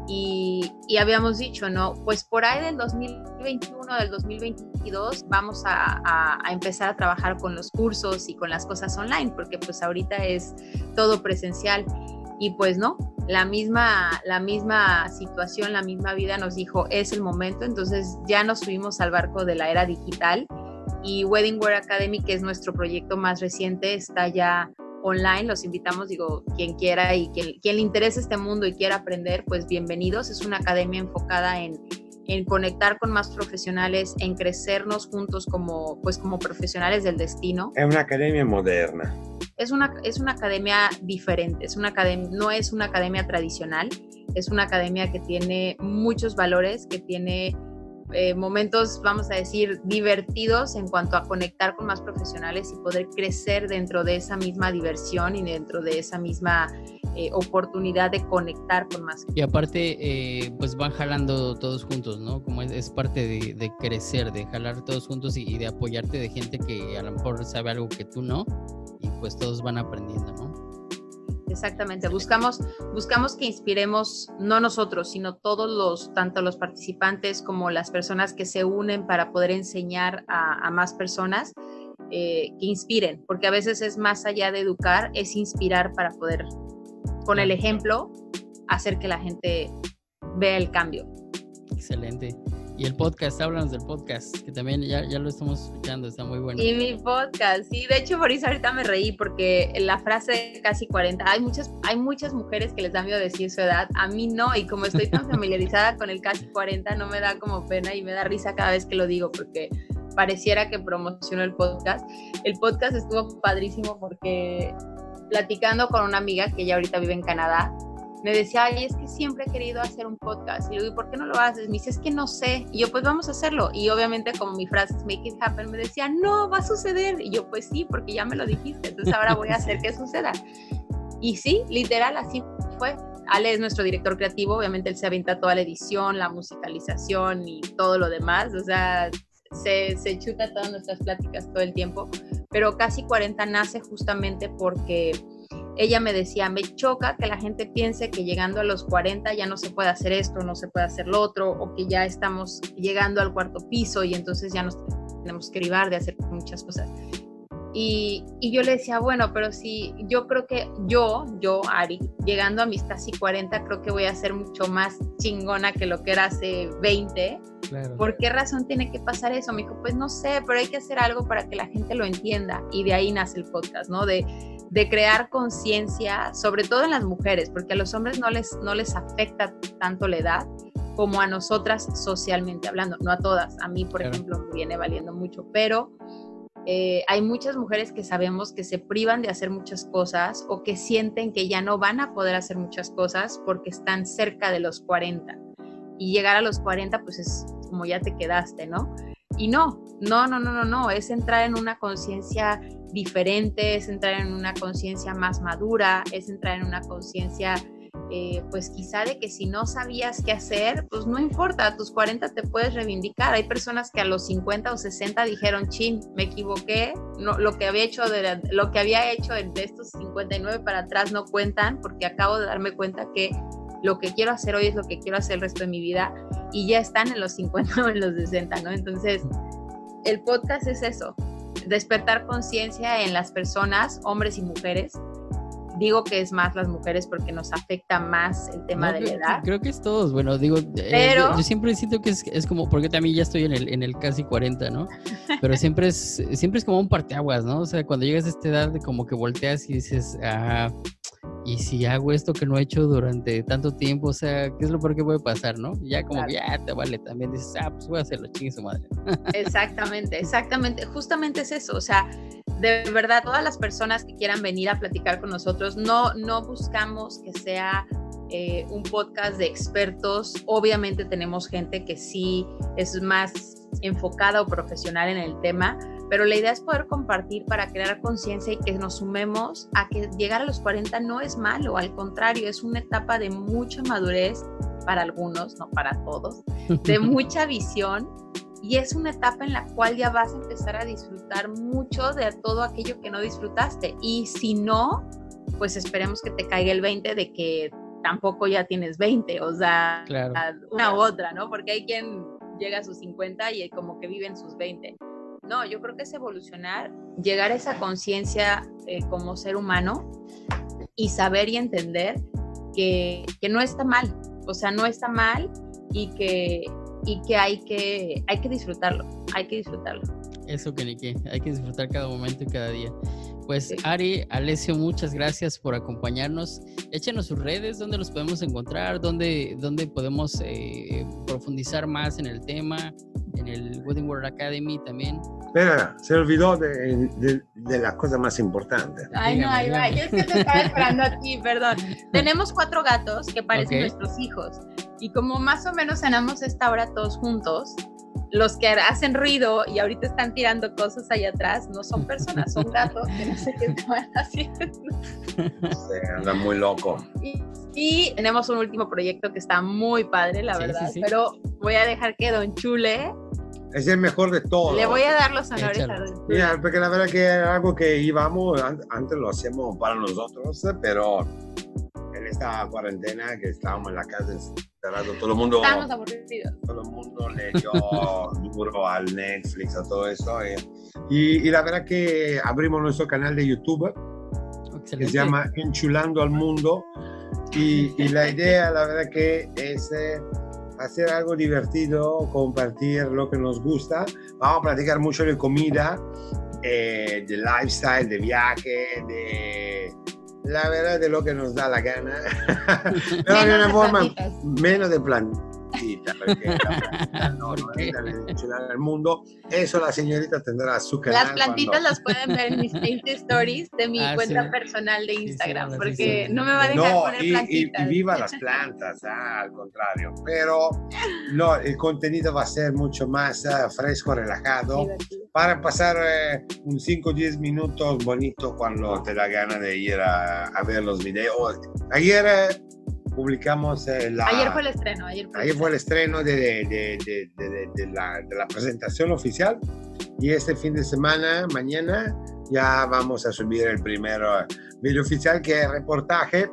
Y habíamos dicho, ¿no? Pues por ahí del 2021, del 2022 vamos a empezar a trabajar con los cursos y con las cosas online, porque pues ahorita es todo presencial. Y pues no, la misma situación, la misma vida nos dijo, es el momento. Entonces ya nos subimos al barco de la era digital y Wedding Wear Academy, que es nuestro proyecto más reciente, está ya online. Los invitamos, quien quiera y quien le interese este mundo y quiera aprender, pues bienvenidos. Es una academia enfocada en conectar con más profesionales, en crecernos juntos como profesionales del destino. Es una academia moderna. Es una academia diferente, no es una academia tradicional, es una academia que tiene muchos valores, que tiene momentos, vamos a decir, divertidos en cuanto a conectar con más profesionales y poder crecer dentro de esa misma diversión y dentro de esa misma oportunidad de conectar con más. Y aparte, pues van jalando todos juntos, ¿no? Como es parte de crecer, de jalar todos juntos y de apoyarte de gente que a lo mejor sabe algo que tú no, y pues todos van aprendiendo, ¿no? Exactamente, buscamos que inspiremos, no nosotros, sino tanto los participantes como las personas que se unen para poder enseñar a más personas, que inspiren, porque a veces es más allá de educar, es inspirar para poder, con el ejemplo, hacer que la gente vea el cambio. Excelente. Y el podcast, háblanos del podcast, que también ya lo estamos escuchando, está muy bueno. Y mi podcast, sí, de hecho por eso ahorita me reí, porque la frase de casi 40, hay muchas mujeres que les da miedo decir su edad, a mí no, y como estoy tan familiarizada con el casi 40, no me da como pena y me da risa cada vez que lo digo, porque pareciera que promociono el podcast. El podcast estuvo padrísimo porque platicando con una amiga que ya ahorita vive en Canadá, me decía, ay, es que siempre he querido hacer un podcast. Y le digo, ¿por qué no lo haces? Me dice, es que no sé. Y yo, pues vamos a hacerlo. Y obviamente como mi frase es make it happen, me decía, no, va a suceder. Y yo, pues sí, porque ya me lo dijiste. Entonces ahora voy a hacer que suceda. Y sí, literal, así fue. Ale es nuestro director creativo. Obviamente él se avienta toda la edición, la musicalización y todo lo demás. O sea, se chuta todas nuestras pláticas todo el tiempo. Pero Casi 40 nace justamente porque ella me decía, me choca que la gente piense que llegando a los 40 ya no se puede hacer esto, no se puede hacer lo otro, o que ya estamos llegando al cuarto piso y entonces ya nos tenemos que privar de hacer muchas cosas. Y yo le decía, bueno, pero si yo creo que yo, Ari, llegando a mis casi 40, creo que voy a ser mucho más chingona que lo que era hace 20. Claro. ¿Por qué razón tiene que pasar eso? Me dijo, pues no sé, pero hay que hacer algo para que la gente lo entienda. Y de ahí nace el podcast, ¿no? De crear conciencia, sobre todo en las mujeres, porque a los hombres no les afecta tanto la edad como a nosotras socialmente hablando, no a todas. A mí, por ejemplo, me viene valiendo mucho, pero hay muchas mujeres que sabemos que se privan de hacer muchas cosas o que sienten que ya no van a poder hacer muchas cosas porque están cerca de los 40. Y llegar a los 40, pues es como ya te quedaste, ¿no? Y no, es entrar en una conciencia diferente, es entrar en una conciencia más madura, es entrar en una conciencia, pues quizá de que si no sabías qué hacer, pues no importa, a tus 40 te puedes reivindicar. Hay personas que a los 50 o 60 dijeron, chin, me equivoqué, no, lo que había hecho de estos 59 para atrás no cuentan, porque acabo de darme cuenta que lo que quiero hacer hoy es lo que quiero hacer el resto de mi vida, y ya están en los 50 o en los 60, ¿no? Entonces, el podcast es eso, despertar conciencia en las personas, hombres y mujeres. Digo que es más las mujeres porque nos afecta más el tema de la edad. Creo que es todos, bueno, digo, pero yo siempre siento que es como, porque también ya estoy en el casi 40, ¿no? Pero siempre es como un parteaguas, ¿no? O sea, cuando llegas a esta edad, como que volteas y dices, y si hago esto que no he hecho durante tanto tiempo, o sea, ¿qué es lo peor que puede pasar, no? Ya como claro. Ya te vale, también dices, pues voy a hacerlo, chingue su madre. Exactamente, justamente es eso, o sea, de verdad, todas las personas que quieran venir a platicar con nosotros, no buscamos que sea un podcast de expertos. Obviamente tenemos gente que sí es más enfocada o profesional en el tema, pero la idea es poder compartir para crear conciencia y que nos sumemos a que llegar a los 40 no es malo, al contrario, es una etapa de mucha madurez para algunos, no para todos, de mucha visión. Y es una etapa en la cual ya vas a empezar a disfrutar mucho de todo aquello que no disfrutaste. Y si no, pues esperemos que te caiga el 20 de que tampoco ya tienes 20, o sea, claro. Una u otra, ¿no? Porque hay quien llega a sus 50 y como que vive en sus 20. No, yo creo que es evolucionar, llegar a esa conciencia como ser humano y saber y entender que no está mal, o sea, no está mal y que hay que disfrutarlo, Eso que ni qué, hay que disfrutar cada momento y cada día. Pues sí. Ari, Alessio, muchas gracias por acompañarnos. Échenos sus redes, dónde los podemos encontrar, dónde podemos profundizar más en el tema, en el Wedding World Academy también. Espera, se olvidó de la cosa más importante. Ay, no, ahí va. Yo es que te estaba esperando a ti, perdón. Tenemos 4 gatos que parecen nuestros hijos. Y como más o menos cenamos a esta hora todos juntos, los que hacen ruido y ahorita están tirando cosas allá atrás no son personas, son gatos que no sé qué estaban haciendo. Se anda muy loco. Y tenemos un último proyecto que está muy padre, la verdad, sí. Pero voy a dejar que Don Chule... Es el mejor de todos. Le voy a dar los honores a Don Chule. Mira, porque la verdad que era algo que íbamos, antes lo hacíamos para nosotros, pero en esta cuarentena que estábamos en la casa encerrado, todo el mundo... Estábamos aburridos. Todo el mundo le dio duro al Netflix, a todo eso. Y la verdad que abrimos nuestro canal de YouTube, excelente, que se llama Enchulando al Mundo. Y la idea, la verdad que es hacer algo divertido, compartir lo que nos gusta. Vamos a platicar mucho de comida, de lifestyle, de viaje, de la verdad de lo que nos da la gana. Pero de una forma menos de plantita, porque la plantita no entra en el mundo. Eso la señorita tendrá su canal. Las plantitas las pueden ver en mis Insta Stories de mi cuenta personal de Instagram, porque no me va a dejar poner plantitas. Y viva las plantas, al contrario. Pero no, el contenido va a ser mucho más fresco, relajado, para pasar un 5 o 10 minutos bonito cuando te da gana de ir a ver los videos. Ayer publicamos ayer fue el estreno de la presentación oficial, y este fin de semana, mañana, ya vamos a subir el primer video oficial, que es reportaje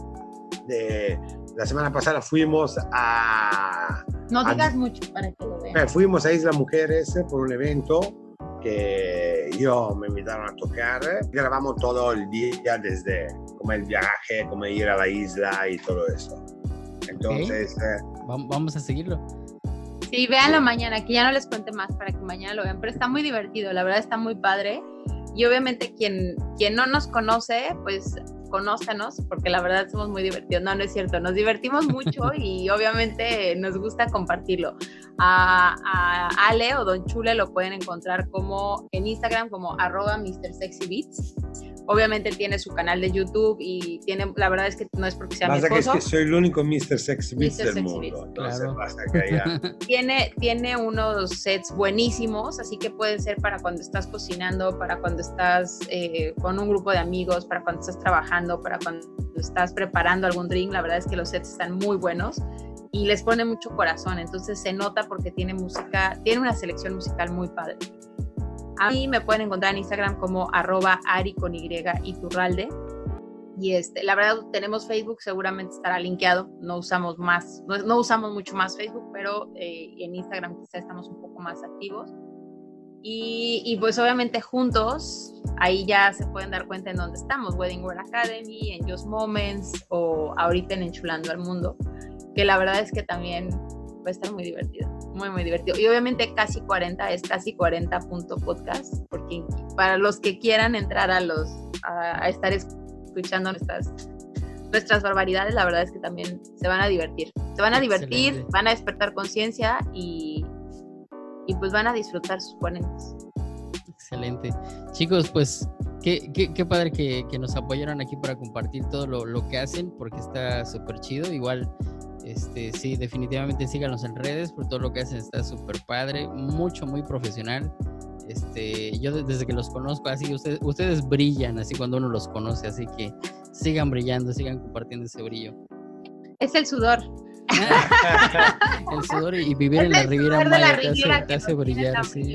de la semana pasada. Fuimos a... No digas mucho para que lo vean. Fuimos a Isla Mujeres por un evento que me invitaron a tocar. Grabamos todo el día, desde como el viaje, como ir a la isla y todo eso. Entonces... Vamos a seguirlo. Sí, véanlo mañana, que ya no les cuente más para que mañana lo vean, pero está muy divertido, la verdad está muy padre. Y obviamente quien no nos conoce, pues conózcanos, porque la verdad somos muy divertidos. No es cierto, nos divertimos mucho y obviamente nos gusta compartirlo. A Ale o Don Chule lo pueden encontrar como en Instagram como @MrSexyBeats. Obviamente tiene su canal de YouTube y tiene, la verdad es que no es porque sea mi esposo. Que es que soy el único Mr. Sexy Beats del mundo. Entonces, claro. Basta que ya... Tiene unos sets buenísimos, así que pueden ser para cuando estás cocinando, para cuando estás con un grupo de amigos, para cuando estás trabajando, para cuando estás preparando algún drink. La verdad es que los sets están muy buenos y les pone mucho corazón, entonces se nota porque tiene una selección musical muy padre. A mí me pueden encontrar en Instagram como @ari_iturralde. Y la verdad tenemos Facebook, seguramente estará linkeado. No usamos mucho más Facebook, pero en Instagram quizá estamos un poco más activos. Y pues obviamente juntos, ahí ya se pueden dar cuenta en dónde estamos. Wedding World Academy, en Just Moments o ahorita en Enchulando al Mundo, que la verdad es que también va a estar muy divertido, muy muy divertido. Y obviamente Casi 40 es casi40.podcast, porque para los que quieran entrar a estar escuchando nuestras barbaridades, la verdad es que también se van a divertir, van a despertar conciencia y pues van a disfrutar sus ponentes. Excelente. Chicos, pues qué padre que nos apoyaron aquí para compartir todo lo que hacen, porque está súper chido. Igual sí, definitivamente síganos en redes, por todo lo que hacen está súper padre, muy profesional. Yo desde que los conozco así, ustedes brillan así cuando uno los conoce, así que sigan brillando, sigan compartiendo ese brillo. Es el sudor. El sudor y vivir en la Riviera Maya te hace brillar, sí.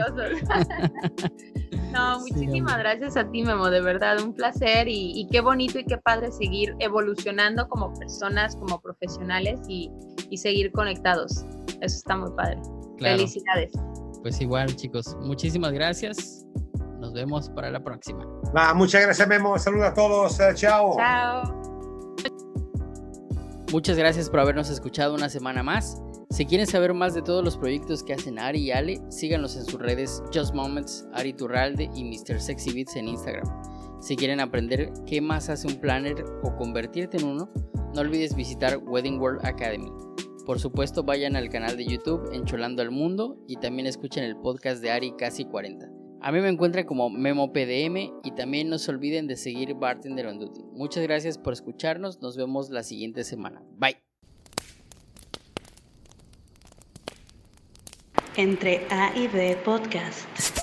No, muchísimas gracias a ti, Memo, de verdad, un placer y qué bonito y qué padre seguir evolucionando como personas, como profesionales y seguir conectados. Eso está muy padre. Claro. Felicidades. Pues igual, chicos, muchísimas gracias. Nos vemos para la próxima. Muchas gracias, Memo. Saludos a todos. Chao. Chao. Muchas gracias por habernos escuchado una semana más. Si quieren saber más de todos los proyectos que hacen Ari y Ale, síganos en sus redes Just Moments, Ari Turralde y Mr. Sexy Beats en Instagram. Si quieren aprender qué más hace un planner o convertirte en uno, no olvides visitar Wedding World Academy. Por supuesto, vayan al canal de YouTube Enchulando al Mundo y también escuchen el podcast de Ari Casi 40. A mí me encuentran como MemoPDM y también no se olviden de seguir Bartender on Duty. Muchas gracias por escucharnos, nos vemos la siguiente semana. Bye. Entre A y B Podcast.